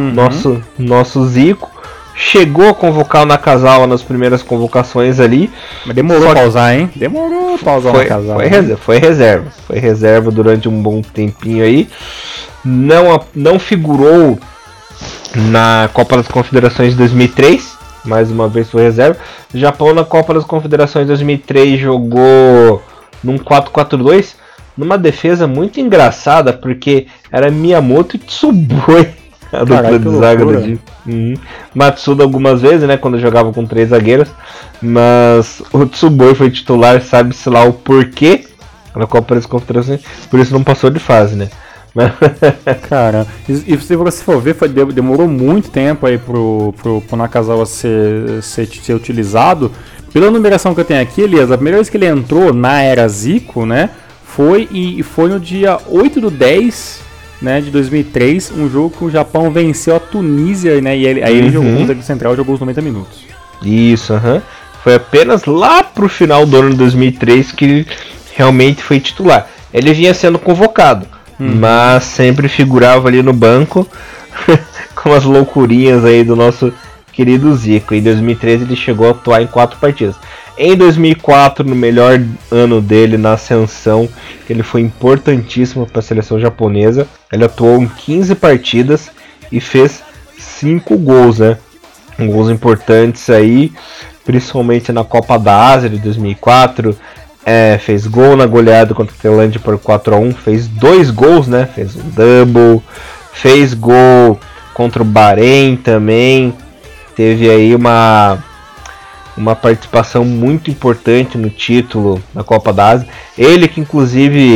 nosso Zico. Chegou a convocar o Nakazawa nas primeiras convocações ali. Mas demorou pra usar, hein? Demorou pra usar o Nakazawa. Foi reserva. Foi reserva durante um bom tempinho aí. Não figurou na Copa das Confederações de 2003. Mais uma vez foi reserva. O Japão na Copa das Confederações de 2003 jogou num 4-4-2. Numa defesa muito engraçada, porque era Miyamoto e Tsuboi, a dupla de zaga do time. Matsuda algumas vezes, né, quando jogava com 3 zagueiros, mas o Tsuboi foi titular, sabe-se lá o porquê, na Copa das Confederações, por isso não passou de fase, né. Cara, e se você for ver, demorou muito tempo aí pro Nakazawa ser utilizado. Pela numeração que eu tenho aqui, Elias, a primeira vez que ele entrou na era Zico, né, foi no dia 8/10, né, de 2003, um jogo que o Japão venceu a Tunísia, né, e aí ele jogou no central, jogou os 90 minutos. Isso, foi apenas lá pro final do ano de 2003 que ele realmente foi titular. Ele vinha sendo convocado, mas sempre figurava ali no banco com as loucurinhas aí do nosso querido Zico. Em 2013 ele chegou a atuar em 4 partidas. Em 2004, no melhor ano dele na ascensão, ele foi importantíssimo para a seleção japonesa. Ele atuou em 15 partidas e fez 5 gols, né? Gols importantes aí, principalmente na Copa da Ásia de 2004. Fez gol na goleada contra a Tailândia por 4-1. Fez 2 gols, né? Fez um double. Fez gol contra o Bahrein também. Teve aí uma participação muito importante no título da Copa da Ásia. Ele que inclusive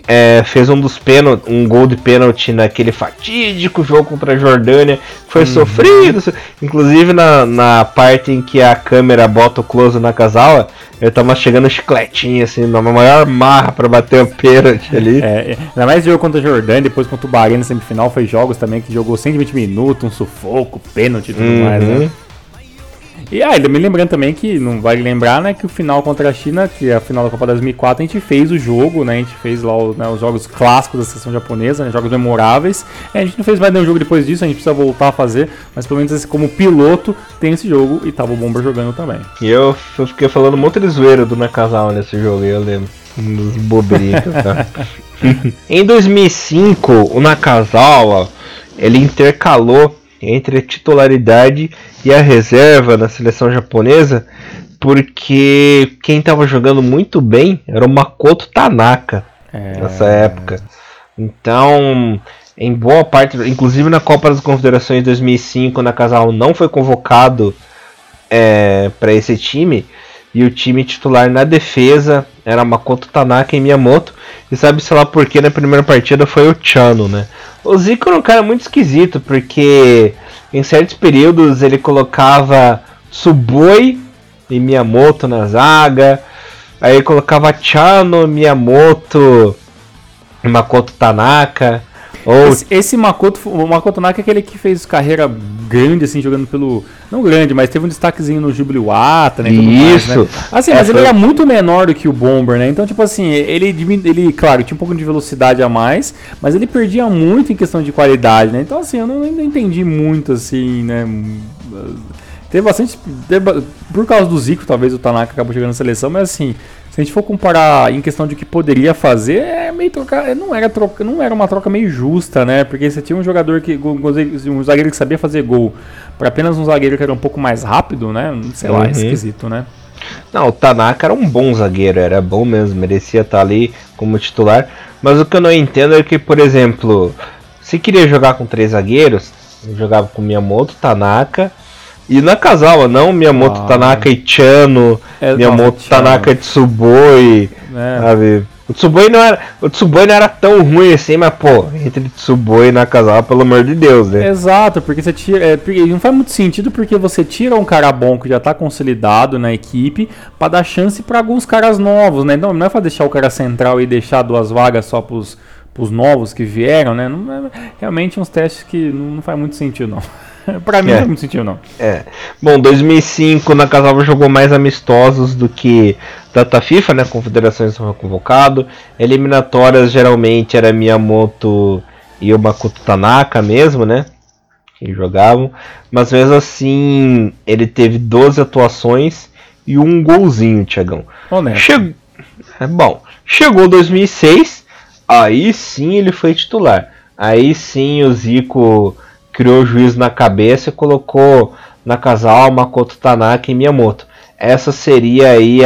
fez um gol de pênalti naquele fatídico jogo contra a Jordânia, que foi sofrido. Inclusive na parte em que a câmera bota o close na Nakazawa, ele tá mastigando chicletinho, assim, na maior marra pra bater o pênalti ali. Ainda mais jogo contra a Jordânia, depois contra o Bahrein na semifinal, foi jogos também que jogou 120 minutos, um sufoco, pênalti e tudo mais, né? E ainda me lembrando também que, não vai lembrar, né, que o final contra a China, que é a final da Copa 2004, a gente fez o jogo, né, a gente fez lá os jogos clássicos da seleção japonesa, né, jogos memoráveis. A gente não fez mais nenhum jogo depois disso, a gente precisa voltar a fazer, mas pelo menos assim, como piloto tem esse jogo e tava o Bomber jogando também. E eu fiquei falando um monte de zoeira do Nakazawa nesse jogo, eu lembro. Dos bobrinhos, tá? Em 2005, o Nakazawa, ele intercalou entre a titularidade e a reserva na seleção japonesa, porque quem estava jogando muito bem era o Makoto Tanaka nessa época. Então, em boa parte, inclusive na Copa das Confederações de 2005, o Nakazawa não foi convocado para esse time, e o time titular na defesa era Makoto Tanaka e Miyamoto. E sabe-se lá porque na primeira partida foi o Chano, né? O Zico era um cara muito esquisito, porque em certos períodos ele colocava Tsuboi e Miyamoto na zaga, aí colocava Chano, Miyamoto e Makoto Tanaka. Esse o Makoto Tanaka é aquele que fez carreira grande, assim, jogando pelo... Não grande, mas teve um destaquezinho no Jubiluata, né? Isso! Mais, né? Assim, mas ele era muito menor do que o Bomber, né? Então, tipo assim, ele, claro, tinha um pouco de velocidade a mais, mas ele perdia muito em questão de qualidade, né? Então, assim, eu não entendi muito, assim, né? Teve bastante... Por causa do Zico, talvez o Tanaka acabou chegando na seleção, mas assim... Se a gente for comparar em questão de que poderia fazer, não era uma troca meio justa, né? Porque você tinha um jogador um zagueiro que sabia fazer gol, para apenas um zagueiro que era um pouco mais rápido, né? Sei lá, esquisito, né? Não, o Tanaka era um bom zagueiro, era bom mesmo, merecia estar ali como titular. Mas o que eu não entendo é que, por exemplo, se queria jogar com 3 zagueiros, eu jogava com Miyamoto, Tanaka e Nakazawa, não Miyamoto, Tanaka e Chano, Miyamoto, Tanaka e Tsuboi, sabe? O Tsuboi não era tão ruim assim, mas pô, entre Tsuboi e Nakazawa, pelo amor de Deus, né? Exato, porque você tira, não faz muito sentido, porque você tira um cara bom que já tá consolidado na equipe pra dar chance pra alguns caras novos, né? Então não é pra deixar o cara central e deixar 2 vagas só pros novos que vieram, né? Não, realmente uns testes que não faz muito sentido, não. Pra mim não faz muito sentido, não. Bom, 2005 o Nakazawa jogou mais amistosos do que data FIFA, né? Confederações não foi convocado. Eliminatórias geralmente era Miyamoto e o Makoto Tanaka mesmo, né? Que jogavam. Mas mesmo assim, ele teve 12 atuações e um golzinho, Thiagão. Chegou 2006, aí sim ele foi titular. Aí sim o Zico criou o juízo na cabeça e colocou Nakazawa, Makoto Tanaka e Miyamoto. Essa seria aí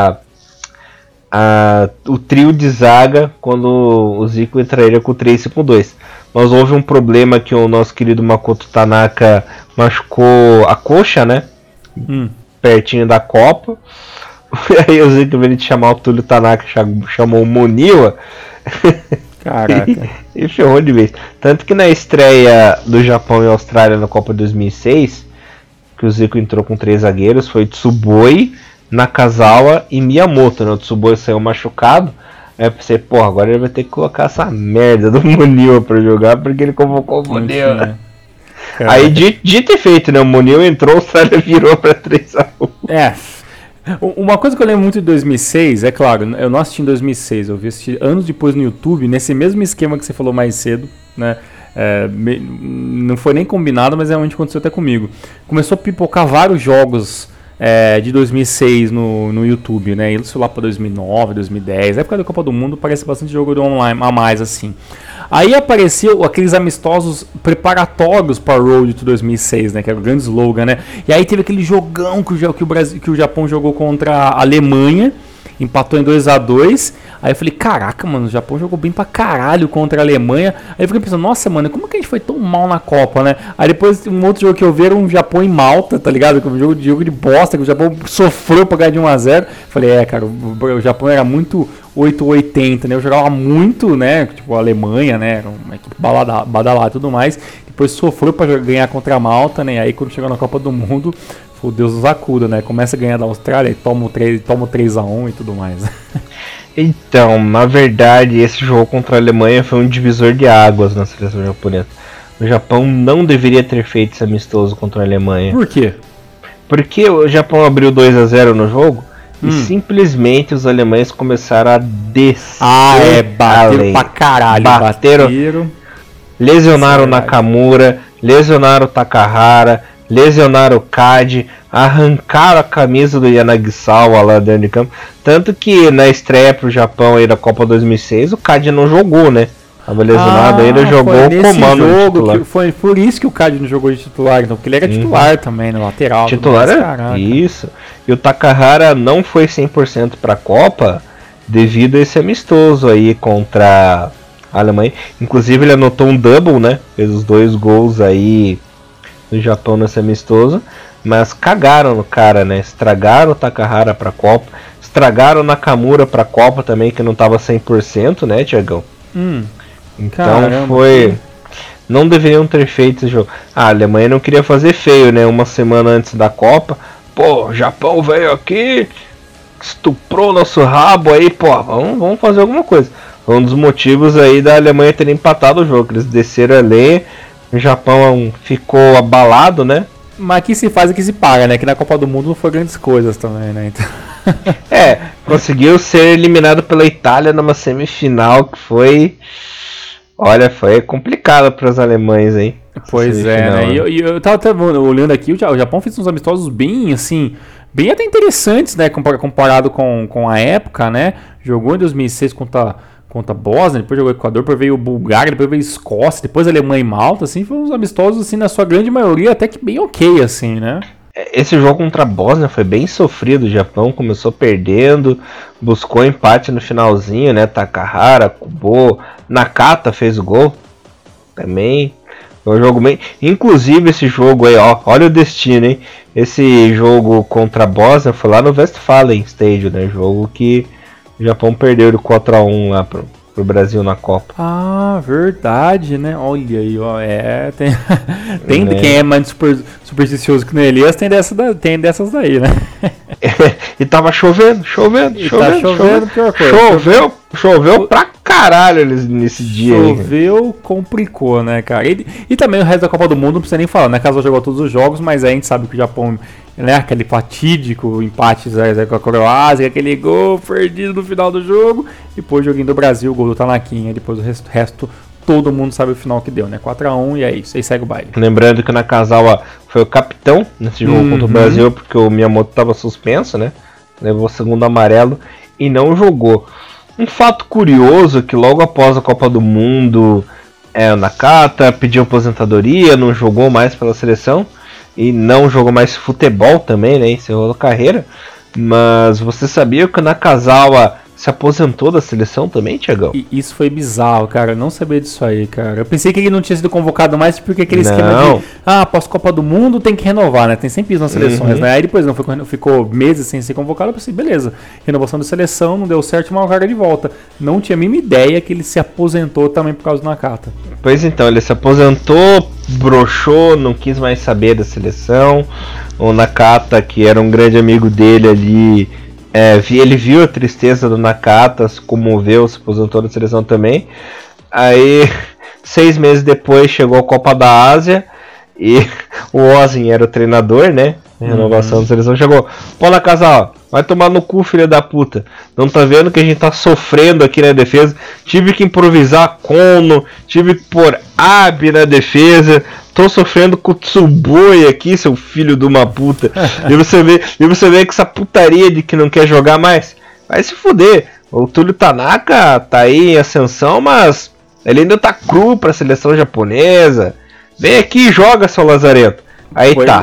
o trio de zaga quando o Zico entraria com o 3-5-2. Mas houve um problema que o nosso querido Makoto Tanaka machucou a coxa, né? Pertinho da Copa. Aí o Zico, ao invés de chamar o Túlio Tanaka, chamou o Moniwa. Caraca. E ferrou de vez. Tanto que na estreia do Japão e Austrália na Copa 2006, que o Zico entrou com 3 zagueiros, foi Tsuboi, Nakazawa e Miyamoto, né? O Tsuboi saiu machucado. Aí eu pensei, porra, agora ele vai ter que colocar essa merda do Moniwa pra jogar, porque ele convocou o Moniwa. Aí dito e feito, né? O Moniwa entrou, a Austrália virou pra 3-1. Uma coisa que eu lembro muito de 2006, é claro, eu não assisti em 2006, eu assisti anos depois no YouTube, nesse mesmo esquema que você falou mais cedo, né? Não foi nem combinado, mas realmente aconteceu até comigo. Começou a pipocar vários jogos de 2006 no YouTube, né? Isso lá para 2009, 2010, época da Copa do Mundo, parece bastante jogo online a mais assim. Aí apareceu aqueles amistosos preparatórios para o Road to 2006, né? Que era o grande slogan, né? E aí teve aquele jogão que o Japão jogou contra a Alemanha, empatou em 2-2. Aí eu falei, caraca, mano, o Japão jogou bem pra caralho contra a Alemanha. Aí eu fiquei pensando, nossa, mano, como que a gente foi tão mal na Copa, né? Aí depois um outro jogo que eu vi era um Japão em Malta, tá ligado? Um jogo de bosta, que o Japão sofreu pra ganhar de 1-0. Falei, cara, o Japão era muito 880, né? Eu jogava muito, né? Tipo, a Alemanha, né? Era uma equipe badalada e tudo mais. Depois sofreu para ganhar contra a Malta, né? Aí quando chegou na Copa do Mundo, o Deus nos acuda, né? Começa a ganhar da Austrália e toma o 3-1 e tudo mais. Então, na verdade, esse jogo contra a Alemanha foi um divisor de águas na seleção japonesa. O Japão não deveria ter feito esse amistoso contra a Alemanha. Por quê? Porque o Japão abriu 2-0 no jogo e simplesmente os alemães começaram a descer. Bateram pra caralho. Bateram. Lesionaram o Nakamura, lesionaram o Takahara, lesionaram o Kadi, arrancaram a camisa do Yanagisawa lá dentro de campo. Tanto que na estreia pro Japão aí da Copa 2006, o Kadi não jogou, né? Tava lesionado, ainda jogou o comando titular. Foi por isso que o Kadi não jogou de titular, então, porque ele era titular também, no lateral. Titular é? Isso. E o Takahara não foi 100% pra Copa devido a esse amistoso aí contra a Alemanha. Inclusive ele anotou um double, né? Fez os 2 gols aí do Japão nesse amistoso. Mas cagaram no cara, né? Estragaram o Takahara pra Copa. Estragaram o Nakamura pra Copa também, que não tava 100%, né, Thiagão? Então caramba. Foi... Não deveriam ter feito esse jogo. A Alemanha não queria fazer feio, né? Uma semana antes da Copa. Pô, o Japão veio aqui, estuprou nosso rabo aí, pô, vamos fazer alguma coisa. Foi um dos motivos aí da Alemanha ter empatado o jogo. Eles desceram ali, o Japão ficou abalado, né? Mas aqui se faz e que se paga, né? Que na Copa do Mundo não foi grandes coisas também, né? Então... conseguiu ser eliminado pela Itália numa semifinal que foi... Olha, foi complicado para os alemães, hein? Pois é, né? E eu tava até olhando aqui, o Japão fez uns amistosos bem, assim, bem até interessantes, né? Comparado com a época, né? Jogou em 2006 contra a Bósnia, depois jogou Equador, depois veio Bulgária, depois veio Escócia, depois Alemanha e Malta, assim, foram uns amistosos, assim, na sua grande maioria, até que bem ok, assim, né? Esse jogo contra a Bósnia foi bem sofrido. O Japão começou perdendo, buscou empate no finalzinho, né? Takahara, Kubo, Nakata fez o gol também. Foi um jogo bem... Inclusive esse jogo aí, ó, olha o destino, hein? Esse jogo contra a Bósnia foi lá no Westfalen Stadium, né? Jogo que o Japão perdeu de 4-1 lá pro Brasil na Copa. Ah, verdade, né? Olha aí, ó. Tem quem é mais supersticioso que o Elias tem dessas daí, né? E tava chovendo. Tá chovendo, pior coisa. Choveu pra caralho nesse dia aí. Choveu, complicou, né, cara? E também o resto da Copa do Mundo não precisa nem falar, né? Caso jogou todos os jogos, mas aí a gente sabe que o Japão, né, aquele fatídico empate com a Croácia, aquele gol perdido no final do jogo, depois o joguinho do Brasil, o gol do Tanaquinha, depois o resto todo mundo sabe o final que deu, né? 4-1 e é isso, aí segue o baile. Lembrando que o Nakazawa foi o capitão nesse jogo contra o Brasil, porque o Miyamoto estava suspenso, né? Levou o segundo amarelo e não jogou. Um fato curioso é que logo após a Copa do Mundo, o Nakata pediu aposentadoria, não jogou mais pela seleção e não jogou mais futebol também, né? Encerrou a carreira. Mas você sabia que o Nakazawa se aposentou da seleção também, Thiagão? E isso foi bizarro, cara. Eu não sabia disso aí, cara. Eu pensei que ele não tinha sido convocado mais porque aquele esquema de após Copa do Mundo tem que renovar, né? Tem sempre isso nas seleções, né? Aí depois não ficou meses sem ser convocado. Eu pensei, beleza, renovação de seleção, não deu certo, mas o cara de volta. Não tinha a mínima ideia que ele se aposentou também por causa do Nakata. Pois então, ele se aposentou, broxou, não quis mais saber da seleção. O Nakata, que era um grande amigo dele ali, ele viu a tristeza do Nakata, se comoveu, se aposentou da seleção também. Aí, 6 meses depois, chegou a Copa da Ásia e o Ozin era o treinador, né? Renovação da seleção. Chegou, pô, Nakazawa, vai tomar no cu, filha da puta. Não tá vendo que a gente tá sofrendo aqui na defesa? Tive que improvisar Kono, tive que pôr Abe na defesa. Tô sofrendo com o Tsuboi aqui, seu filho de uma puta. E você vê que essa putaria de que não quer jogar mais. Vai se fuder. O Túlio Tanaka tá aí em ascensão, mas ele ainda tá cru pra seleção japonesa. Vem aqui e joga, seu lazarento. Aí tá.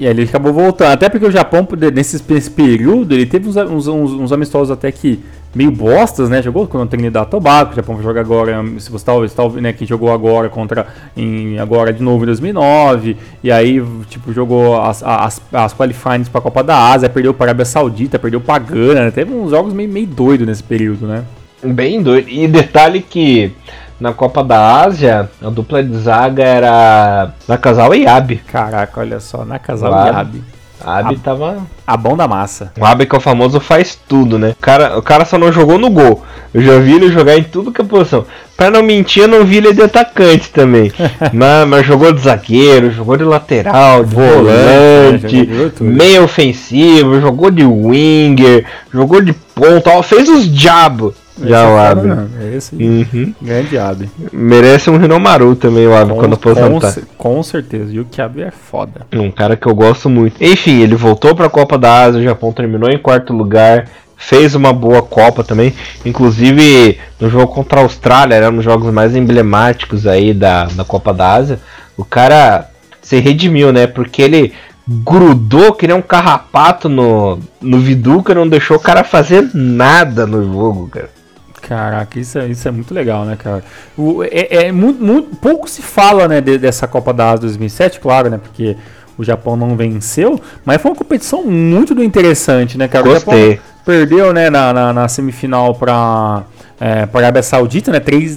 E aí ele acabou voltando. Até porque o Japão, nesse período, ele teve uns amistosos até que meio bostas, né? Jogou contra o Trinidad e Tobago, o Japão joga agora, se você está ouvindo, né, que jogou agora agora de novo em 2009, e aí, tipo, jogou as qualifiers para a Copa da Ásia, perdeu para a Arábia Saudita, perdeu para a Gana, né? Teve uns jogos meio doido nesse período, né? Bem doido. E detalhe que na Copa da Ásia, a dupla de zaga era Nakazawa e Abe. Caraca, olha só, Nakazawa e Abe. Abe tava... A bom da massa. O Abe, que é o famoso faz tudo, né? O cara só não jogou no gol. Eu já vi ele jogar em tudo que é posição. Pra não mentir, eu não vi ele de atacante também. mas jogou de zagueiro, jogou de lateral, de volante, meio ofensivo, jogou de winger, jogou de ponta, fez os diabos. Já o Abe. É esse aí. Grande Abe. Merece um Hinomaru também, o Abe, quando aposentar. Com certeza. E o que Abe é foda. Um cara que eu gosto muito. Enfim, ele voltou pra Copa da Ásia, o Japão terminou em 4º lugar. Fez uma boa Copa também. Inclusive, no jogo contra a Austrália, era um dos jogos mais emblemáticos aí da Copa da Ásia. O cara se redimiu, né? Porque ele grudou que nem um carrapato no Viduca, não deixou o cara fazer nada no jogo, cara. Caraca, isso é muito legal, né, cara? Muito pouco se fala, né, dessa Copa da Ásia 2007, claro, né, porque o Japão não venceu, mas foi uma competição muito interessante, né, cara? Gostei. O Japão perdeu, né, na semifinal para a Arábia Saudita, né,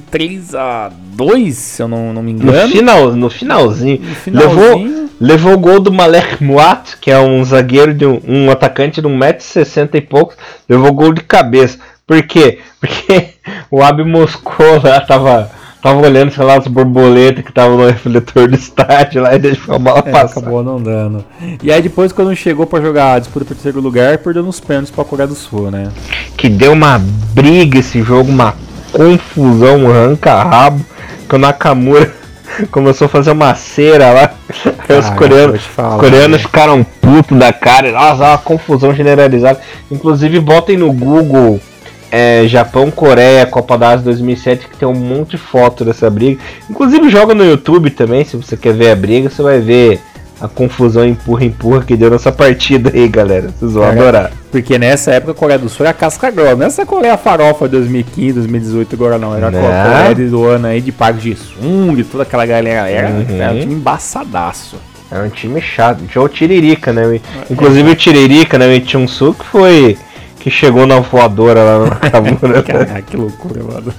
3-2, se eu não me engano. No finalzinho. Levou o gol do Malek Muat, que é um zagueiro, um atacante de 1,60m e poucos, levou o gol de cabeça. Por quê? Porque o Abe moscou lá, tava olhando, sei lá, as borboletas que estavam no refletor do estádio lá e deixou a bola passar. Acabou não dando. E aí depois, quando chegou pra jogar a disputa pro 3º lugar, perdeu nos pênaltis pra Coreia do Sul, né? Que deu uma briga esse jogo, uma confusão, um arranca-rabo, que o Nakamura começou a fazer uma cera lá. Aí os coreanos ficaram putos da cara. Nossa, uma confusão generalizada. Inclusive, botem no Google Japão, Coreia, Copa da Ásia 2007, que tem um monte de foto dessa briga. Inclusive, joga no YouTube também, se você quer ver a briga, você vai ver a confusão empurra que deu nessa partida aí, galera. Vocês vão adorar. Porque nessa época a Coreia do Sul era casca grossa. Não é essa Coreia farofa 2015, 2018 agora não. Era a Coreia do ano aí de Park Ji-sung, de toda aquela galera. Era um time embaçadaço. Era um time chato. Tinha o Tiririca, né? Inclusive o Tiririca, né? O Chun-Soo, que chegou na voadora lá no Nakamura. Caraca, que loucura, mano.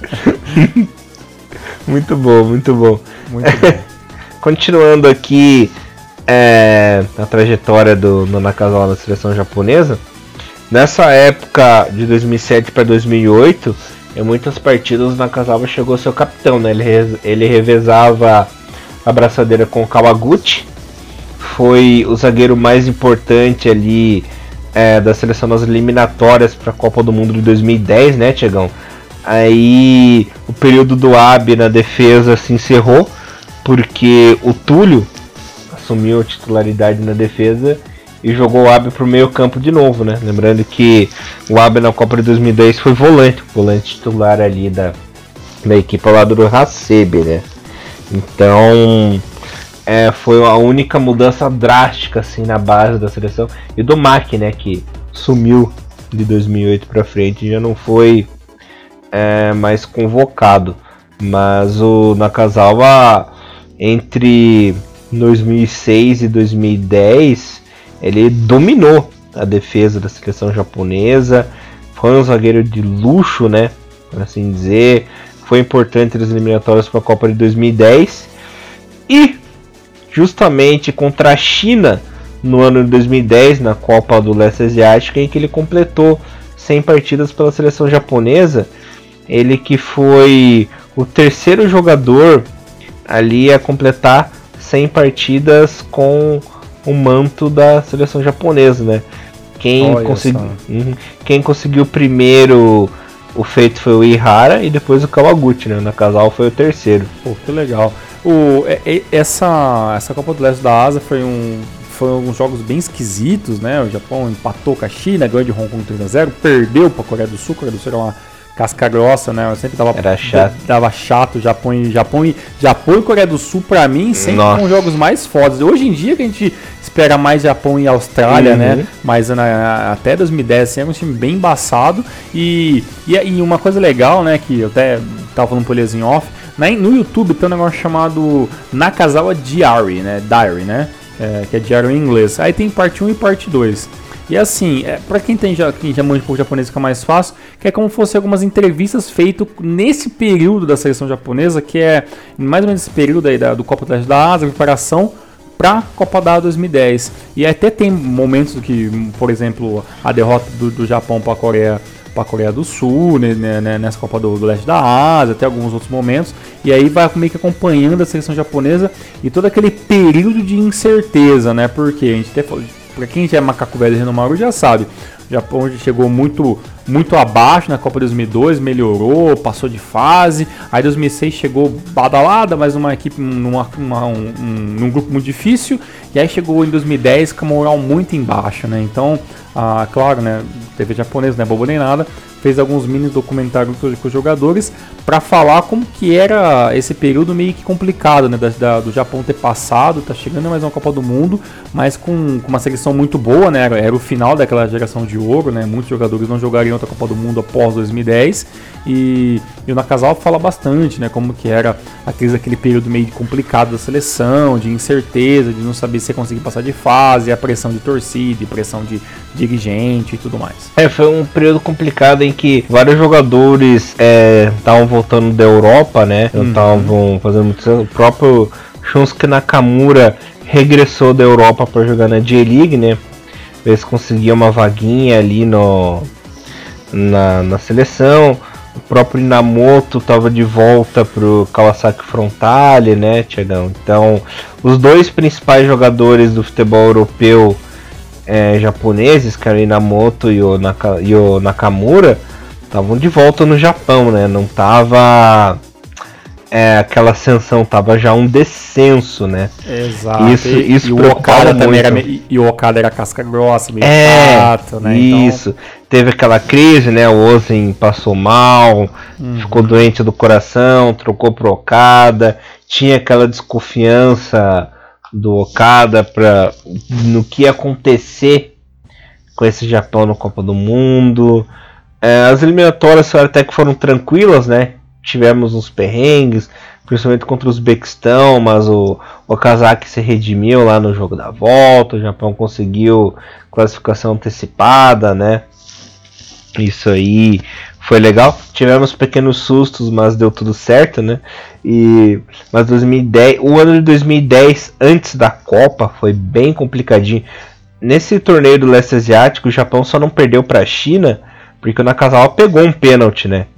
Muito bom, muito bom. Continuando aqui a trajetória do Nakazawa na seleção japonesa. Nessa época de 2007 para 2008, em muitas partidas o Nakazawa chegou a ser o capitão, né? Ele revezava a braçadeira com o Kawaguchi. Foi o zagueiro mais importante ali da seleção nas eliminatórias para a Copa do Mundo de 2010, né, Tiagão? Aí o período do Abe na defesa se encerrou, porque o Túlio assumiu a titularidade na defesa e jogou o Abe pro meio campo de novo, né? Lembrando que o Abe na Copa de 2010 foi volante titular ali da equipe ao lado do Hasebe, né? Então foi a única mudança drástica assim na base da seleção. E do Maki, né, que sumiu de 2008 para frente, já não foi mais convocado. Mas o Nakazawa, entre 2006 e 2010, ele dominou a defesa da seleção japonesa. Foi um zagueiro de luxo, né, por assim dizer. Foi importante nas eliminatórias para a Copa de 2010. E justamente contra a China no ano de 2010, na Copa do Leste Asiático, em que ele completou 100 partidas pela seleção japonesa. Ele que foi o terceiro jogador ali a completar 100 partidas com o manto da seleção japonesa, né? Quem conseguiu primeiro o feito foi o Ihara e depois o Kawaguchi, né? O Nakazawa foi o terceiro. Pô, que legal. Essa Copa do Leste da Ásia foi uns jogos bem esquisitos, né? O Japão empatou com a China, ganhou de Hong Kong 3-0, perdeu para a Coreia do Sul. A Coreia do Sul era uma casca grossa, né? Eu sempre dava chato. Japão e Coreia do Sul, pra mim, sempre foram os jogos mais fodas. Hoje em dia, que a gente espera mais Japão e Austrália, né? Mas até 2010 assim, era um time bem embaçado. E uma coisa legal, né? Que eu até tava falando pro Elias em off. No YouTube tem um negócio chamado Nakazawa Diary, né? Diary, né? Que é diário em inglês. Aí tem parte 1 e parte 2. E assim, pra quem já manja um pouco japonês fica mais fácil, que é como se fosse algumas entrevistas feitas nesse período da seleção japonesa, que é mais ou menos esse período aí do Copa do Leste da Ásia, preparação para Copa da 2010. E até tem momentos que, por exemplo, a derrota do Japão para a Coreia do Sul, né, nessa Copa do Leste da Ásia, até alguns outros momentos, e aí vai meio que acompanhando a seleção japonesa e todo aquele período de incerteza, né, porque a gente até falou, para quem já é macaco velho e renomado já sabe, o Japão chegou muito abaixo na Copa 2002, melhorou, passou de fase, aí 2006 chegou badalada, mas uma equipe num grupo muito difícil, e aí chegou em 2010 com a moral muito embaixo, né, então, claro, né, TV japonesa, não é bobo nem nada, fez alguns mini documentários com os jogadores para falar como que era esse período meio que complicado, né, do Japão ter passado, tá chegando mais uma Copa do Mundo, mas com uma seleção muito boa, né, era o final daquela geração de ouro, né, muitos jogadores não jogariam outra Copa do Mundo após 2010, e o Nakazawa fala bastante, né, como que era aquele período meio complicado da seleção, de incerteza, de não saber se ia conseguir passar de fase, a pressão de torcida, a pressão de dirigente e tudo mais. Foi um período complicado em que vários jogadores estavam voltando da Europa, né? Estavam fazendo muito. O próprio Shunsuke Nakamura regressou da Europa para jogar na J-League, né? Eles conseguiam uma vaguinha ali na seleção. O próprio Inamoto estava de volta pro Kawasaki Frontale, né, Tiagão? Então, os dois principais jogadores do futebol europeu japoneses, que era o Inamoto e o Nakamura, estavam de volta no Japão, né? Não tava aquela ascensão, tava já um descenso, né? Exato. Isso e o Okada também era e o Okada era casca grossa, meio chato, né? Isso. Então... Teve aquela crise, né? O Ozen passou mal, ficou doente do coração, trocou pro Okada, tinha aquela desconfiança do Okada no que ia acontecer com esse Japão na Copa do Mundo. As eliminatórias até que foram tranquilas, né? Tivemos uns perrengues, principalmente contra o Uzbequistão, mas o Okazaki se redimiu lá no jogo da volta, o Japão conseguiu classificação antecipada, né? Isso aí foi legal. Tivemos pequenos sustos, mas deu tudo certo, né? Mas 2010, o ano de 2010, antes da Copa, foi bem complicadinho. Nesse torneio do leste asiático, o Japão só não perdeu para a China porque o Nakazawa pegou um pênalti, né?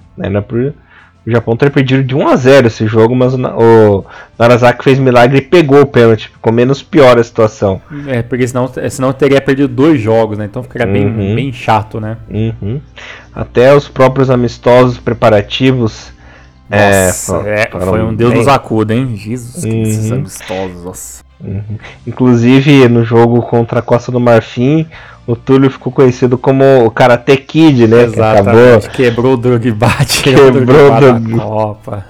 O Japão teria perdido de 1-0 esse jogo, mas o Narazaki fez milagre e pegou o pênalti. Ficou menos pior a situação. Porque senão teria perdido 2 jogos, né? Então ficaria bem chato, né? Até os próprios amistosos preparativos. Nossa, foi um Deus nos acuda, hein? Jesus, que esses amistosos, nossa. Inclusive no jogo contra a Costa do Marfim, o Túlio ficou conhecido como o Karate Kid, né? Exatamente, quebrou o Drogba, quebrou o Drogba na Copa.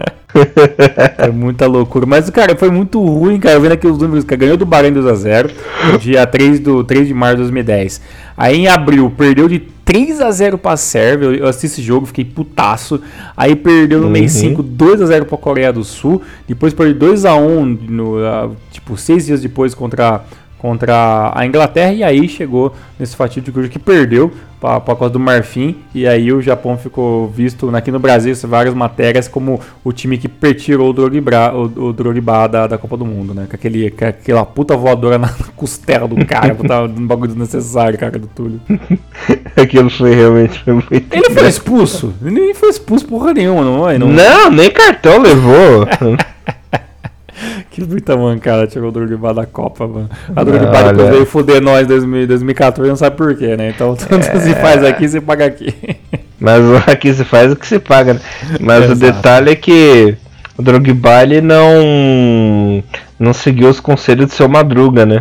Foi muita loucura. Mas, cara, foi muito ruim, cara. Vendo aqui os números, que ganhou do Bahrein 2-0 no dia 3 de março de 2010. Aí em abril, perdeu de 3-0 pra Sérvia. Eu assisti esse jogo, fiquei putaço. Aí perdeu no mês 5, 2-0 pra Coreia do Sul. Depois perdeu 2-1, 6 dias depois contra a Inglaterra, e aí chegou nesse fatídico jogo que perdeu para a Costa do Marfim, e aí o Japão ficou visto aqui no Brasil, várias matérias, como o time que tirou o Drogba da Copa do Mundo, né? Com aquela puta voadora na costela do cara, um bagulho desnecessário, cara, do Túlio. Aquilo foi realmente muito. Ele foi expulso? Ele nem foi expulso porra nenhuma, não é? Não, nem cartão levou. Que muita mancada, tirou o Drogba da Copa, mano. A Drogba depois veio foder nós em 2014, não sabe por quê, né? Então, tudo se faz aqui, se paga aqui. Mas aqui se faz o que se paga, né? Mas o detalhe é que o Drogba, ele não Não seguiu os conselhos do seu Madruga, né?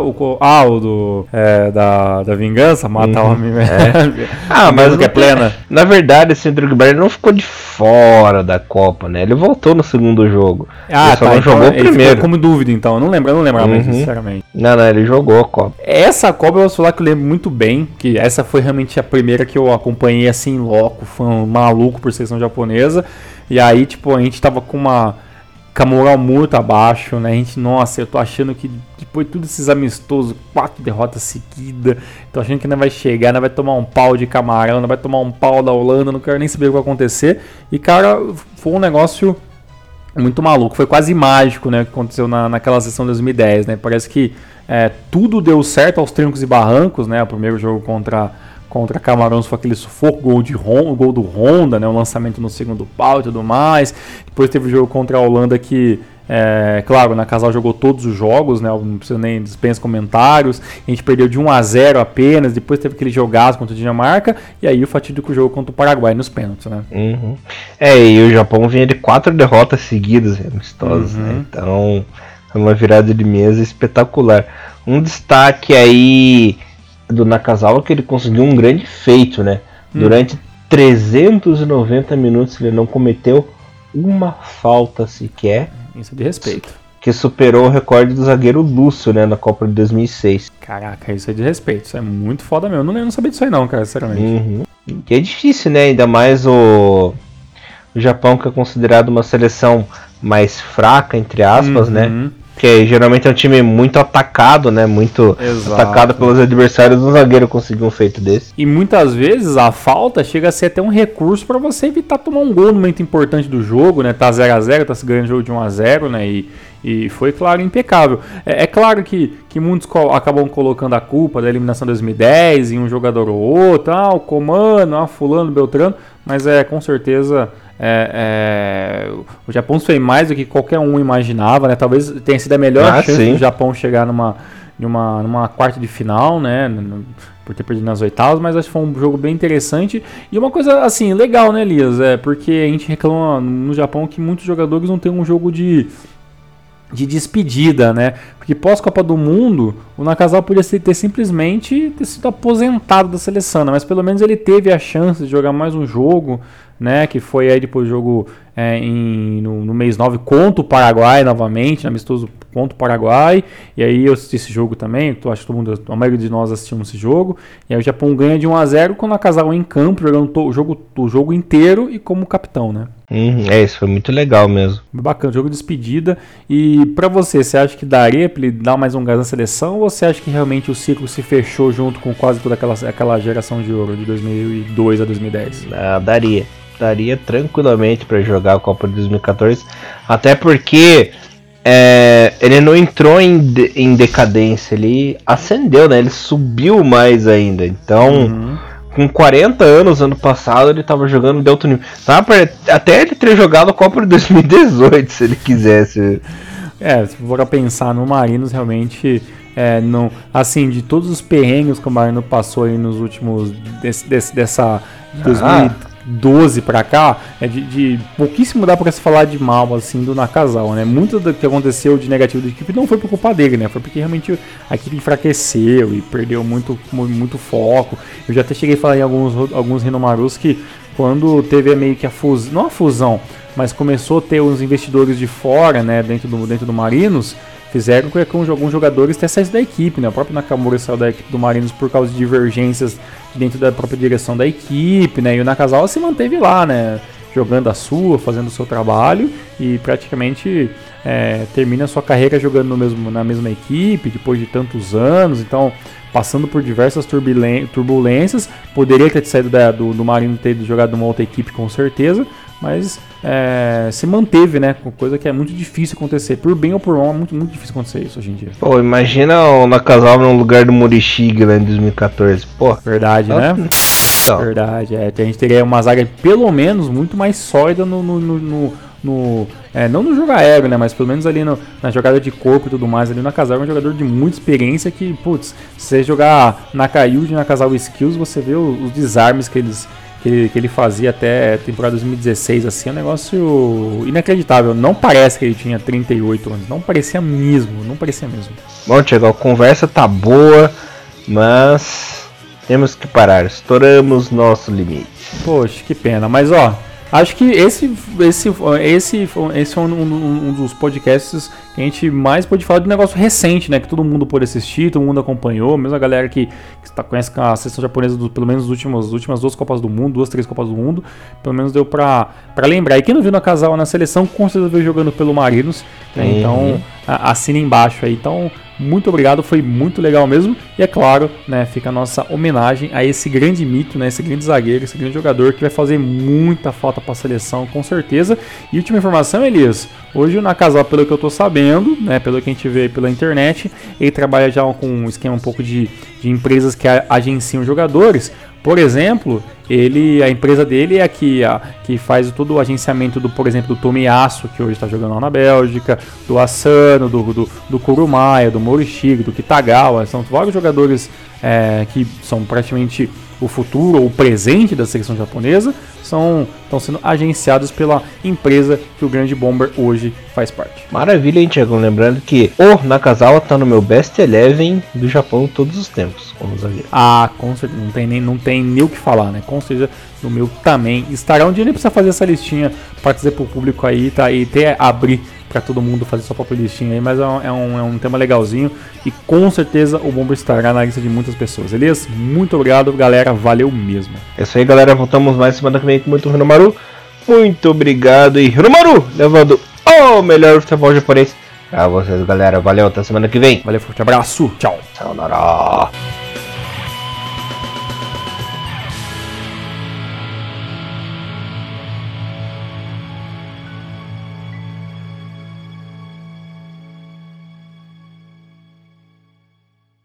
Da vingança, matar o homem. Mas que é plena. Na verdade, esse Drogba não ficou de fora da Copa, né? Ele voltou no segundo jogo. Ele só não jogou o primeiro. Ele ficou como dúvida, então. Eu não lembrava mais, sinceramente. Não, ele jogou a Copa. Essa Copa eu vou falar que eu lembro muito bem, que essa foi realmente a primeira que eu acompanhei assim, loco, fã maluco por seleção japonesa. E aí, tipo, a gente tava com a moral muito abaixo, né? A gente, nossa, eu tô achando que depois de todos esses amistosos, 4 derrotas seguidas, tô achando que não vai chegar, não vai tomar um pau de Camarão, não vai tomar um pau da Holanda, não quero nem saber o que vai acontecer. E, cara, foi um negócio muito maluco, foi quase mágico, né? O que aconteceu naquela sessão de 2010, né? Parece que tudo deu certo aos trancos e barrancos, né? O primeiro jogo contra Camarões foi aquele sufoco, gol do Honda, né, o lançamento no segundo pau e tudo mais. Depois teve o jogo contra a Holanda que, claro, na Casal jogou todos os jogos, né, não precisa nem dispensar comentários. A gente perdeu de 1-0 apenas, depois teve aquele jogaço contra a Dinamarca e aí o fatídico jogo contra o Paraguai nos pênaltis, né. Uhum. E o Japão vinha de 4 derrotas seguidas, amistosas, né, então foi uma virada de mesa espetacular. Um destaque aí do Nakazawa que ele conseguiu um grande feito, né? Durante 390 minutos ele não cometeu uma falta sequer. Isso é de respeito. Que superou o recorde do zagueiro Lúcio, né? Na Copa de 2006. Caraca, isso é de respeito. Isso é muito foda mesmo. Eu não sabia disso aí não, cara, sinceramente. Que é difícil, né? Ainda mais o Japão, que é considerado uma seleção mais fraca, entre aspas, né? Que geralmente é um time muito atacado, né? Muito atacado pelos adversários. Um zagueiro conseguiu um feito desse. E muitas vezes a falta chega a ser até um recurso para você evitar tomar um gol no momento importante do jogo, né? Tá 0-0, tá se ganhando o jogo de 1-0, né? E foi, claro, impecável. É claro que muitos acabam colocando a culpa da eliminação de 2010 em um jogador ou outro, o Comano, fulano, Beltrano, mas com certeza o Japão fez mais do que qualquer um imaginava, né? Talvez tenha sido a melhor chance do Japão chegar numa quarta de final, né? Por ter perdido nas oitavas, mas acho que foi um jogo bem interessante. E uma coisa, assim, legal, né, Elias? Porque a gente reclama no Japão que muitos jogadores não têm um jogo de despedida, né? Porque pós-Copa do Mundo, o Nakazawa podia ter simplesmente sido aposentado da seleção, né? Mas pelo menos ele teve a chance de jogar mais um jogo, né? Que foi aí depois do jogo no mês 9 contra o Paraguai novamente, amistoso contra o Paraguai. E aí eu assisti esse jogo também, acho que a maioria de nós assistimos esse jogo. E aí o Japão ganha de 1-0 com o Nakazawa em campo, jogando o jogo inteiro e como capitão, né? Isso foi muito legal mesmo. Bacana, jogo de despedida. E pra você acha que daria pra ele dar mais um gás na seleção, ou você acha que realmente o ciclo se fechou junto com quase toda aquela geração de ouro de 2002 a 2010? Daria tranquilamente pra jogar a Copa de 2014, até porque ele não entrou em decadência, ele ascendeu, né? Ele subiu mais ainda, então com 40 anos ano passado ele tava jogando de alto nível. Até ele ter jogado a Copa de 2018 se ele quisesse. Se for pensar no Marinos, realmente não, assim, de todos os perrengues que o Marinos passou aí nos últimos dessa 2012 pra cá, de pouquíssimo dá pra se falar de mal assim do Nakazawa, né? Muito do que aconteceu de negativo da equipe não foi por culpa dele, né? Foi porque realmente a equipe enfraqueceu e perdeu muito foco. Eu já até cheguei a falar em alguns Rinomarus que quando teve meio que não a fusão, mas começou a ter uns investidores de fora, né, dentro do Marinos, fizeram com que alguns jogadores até saíssem da equipe, né? O próprio Nakamura saiu da equipe do Marinos por causa de divergências dentro da própria direção da equipe, né? E o Nakazawa se manteve lá, né? Jogando a sua, fazendo o seu trabalho e praticamente termina a sua carreira jogando na mesma equipe depois de tantos anos. Então, passando por diversas turbulências, poderia ter saído do Marinos, ter jogado numa outra equipe com certeza, mas se manteve, né? Coisa que é muito difícil acontecer. Por bem ou por mal, é muito, muito difícil acontecer isso hoje em dia. Pô, imagina o Nakazawa no lugar do Morishige lá em 2014. Pô, verdade, né? Então. Verdade, a gente teria uma zaga pelo menos muito mais sólida não no jogo aéreo, né? Mas pelo menos ali na jogada de corpo e tudo mais. Ali o Nakazawa é um jogador de muita experiência que, putz, se você jogar Nakayuji e Nakazawa Skills, você vê os desarmes que que ele fazia até a temporada 2016, assim, é um negócio inacreditável. Não parece que ele tinha 38 anos, não parecia mesmo. Bom, Thiago, a conversa tá boa, mas temos que parar, estouramos nosso limite. Poxa, que pena, mas ó, acho que esse foi um dos podcasts que a gente mais pôde falar de um negócio recente, né? Que todo mundo pôde assistir, todo mundo acompanhou, mesmo a galera que conhece a seleção japonesa pelo menos das últimas 2 Copas do Mundo, 2, 3 Copas do Mundo, pelo menos deu pra lembrar. E quem não viu Nakazawa na seleção, com certeza veio jogando pelo Marinos, né? Então assina embaixo aí. Então, muito obrigado, foi muito legal mesmo. E é claro, né, fica a nossa homenagem a esse grande mito, né, esse grande zagueiro, esse grande jogador que vai fazer muita falta para a seleção, com certeza. E última informação, Elias, hoje o Nakazawa, pelo que eu tô sabendo, né, pelo que a gente vê pela internet, ele trabalha já com um esquema um pouco de empresas que agenciam jogadores. Por exemplo, a empresa dele é a que faz todo o agenciamento por exemplo, do Tomiyasu, que hoje está jogando lá na Bélgica, do Asano, do Kurumaya, do Morishige, do Kitagawa. São vários jogadores que são praticamente o futuro ou o presente da seleção japonesa, estão sendo agenciados pela empresa que o Grande Bomber hoje faz parte. Maravilha, hein, Thiago? Lembrando que o Nakazawa tá no meu Best Eleven do Japão todos os tempos, como zagueiro. Ah, com certeza, não tem nem o que falar, né? Com certeza no meu também estará. Um dia ele precisa fazer essa listinha para dizer pro público aí, tá? E abrir para todo mundo fazer sua própria listinha aí, mas é um tema legalzinho e com certeza o Bomber estará na lista de muitas pessoas. Elias, muito obrigado, galera, valeu mesmo. É isso aí, galera, voltamos mais semana que vem com muito Hiromaru. Muito obrigado e Hiromaru levando o melhor futebol japonês pra vocês, galera. Valeu, até semana que vem. Valeu, forte abraço, tchau. Sayonara.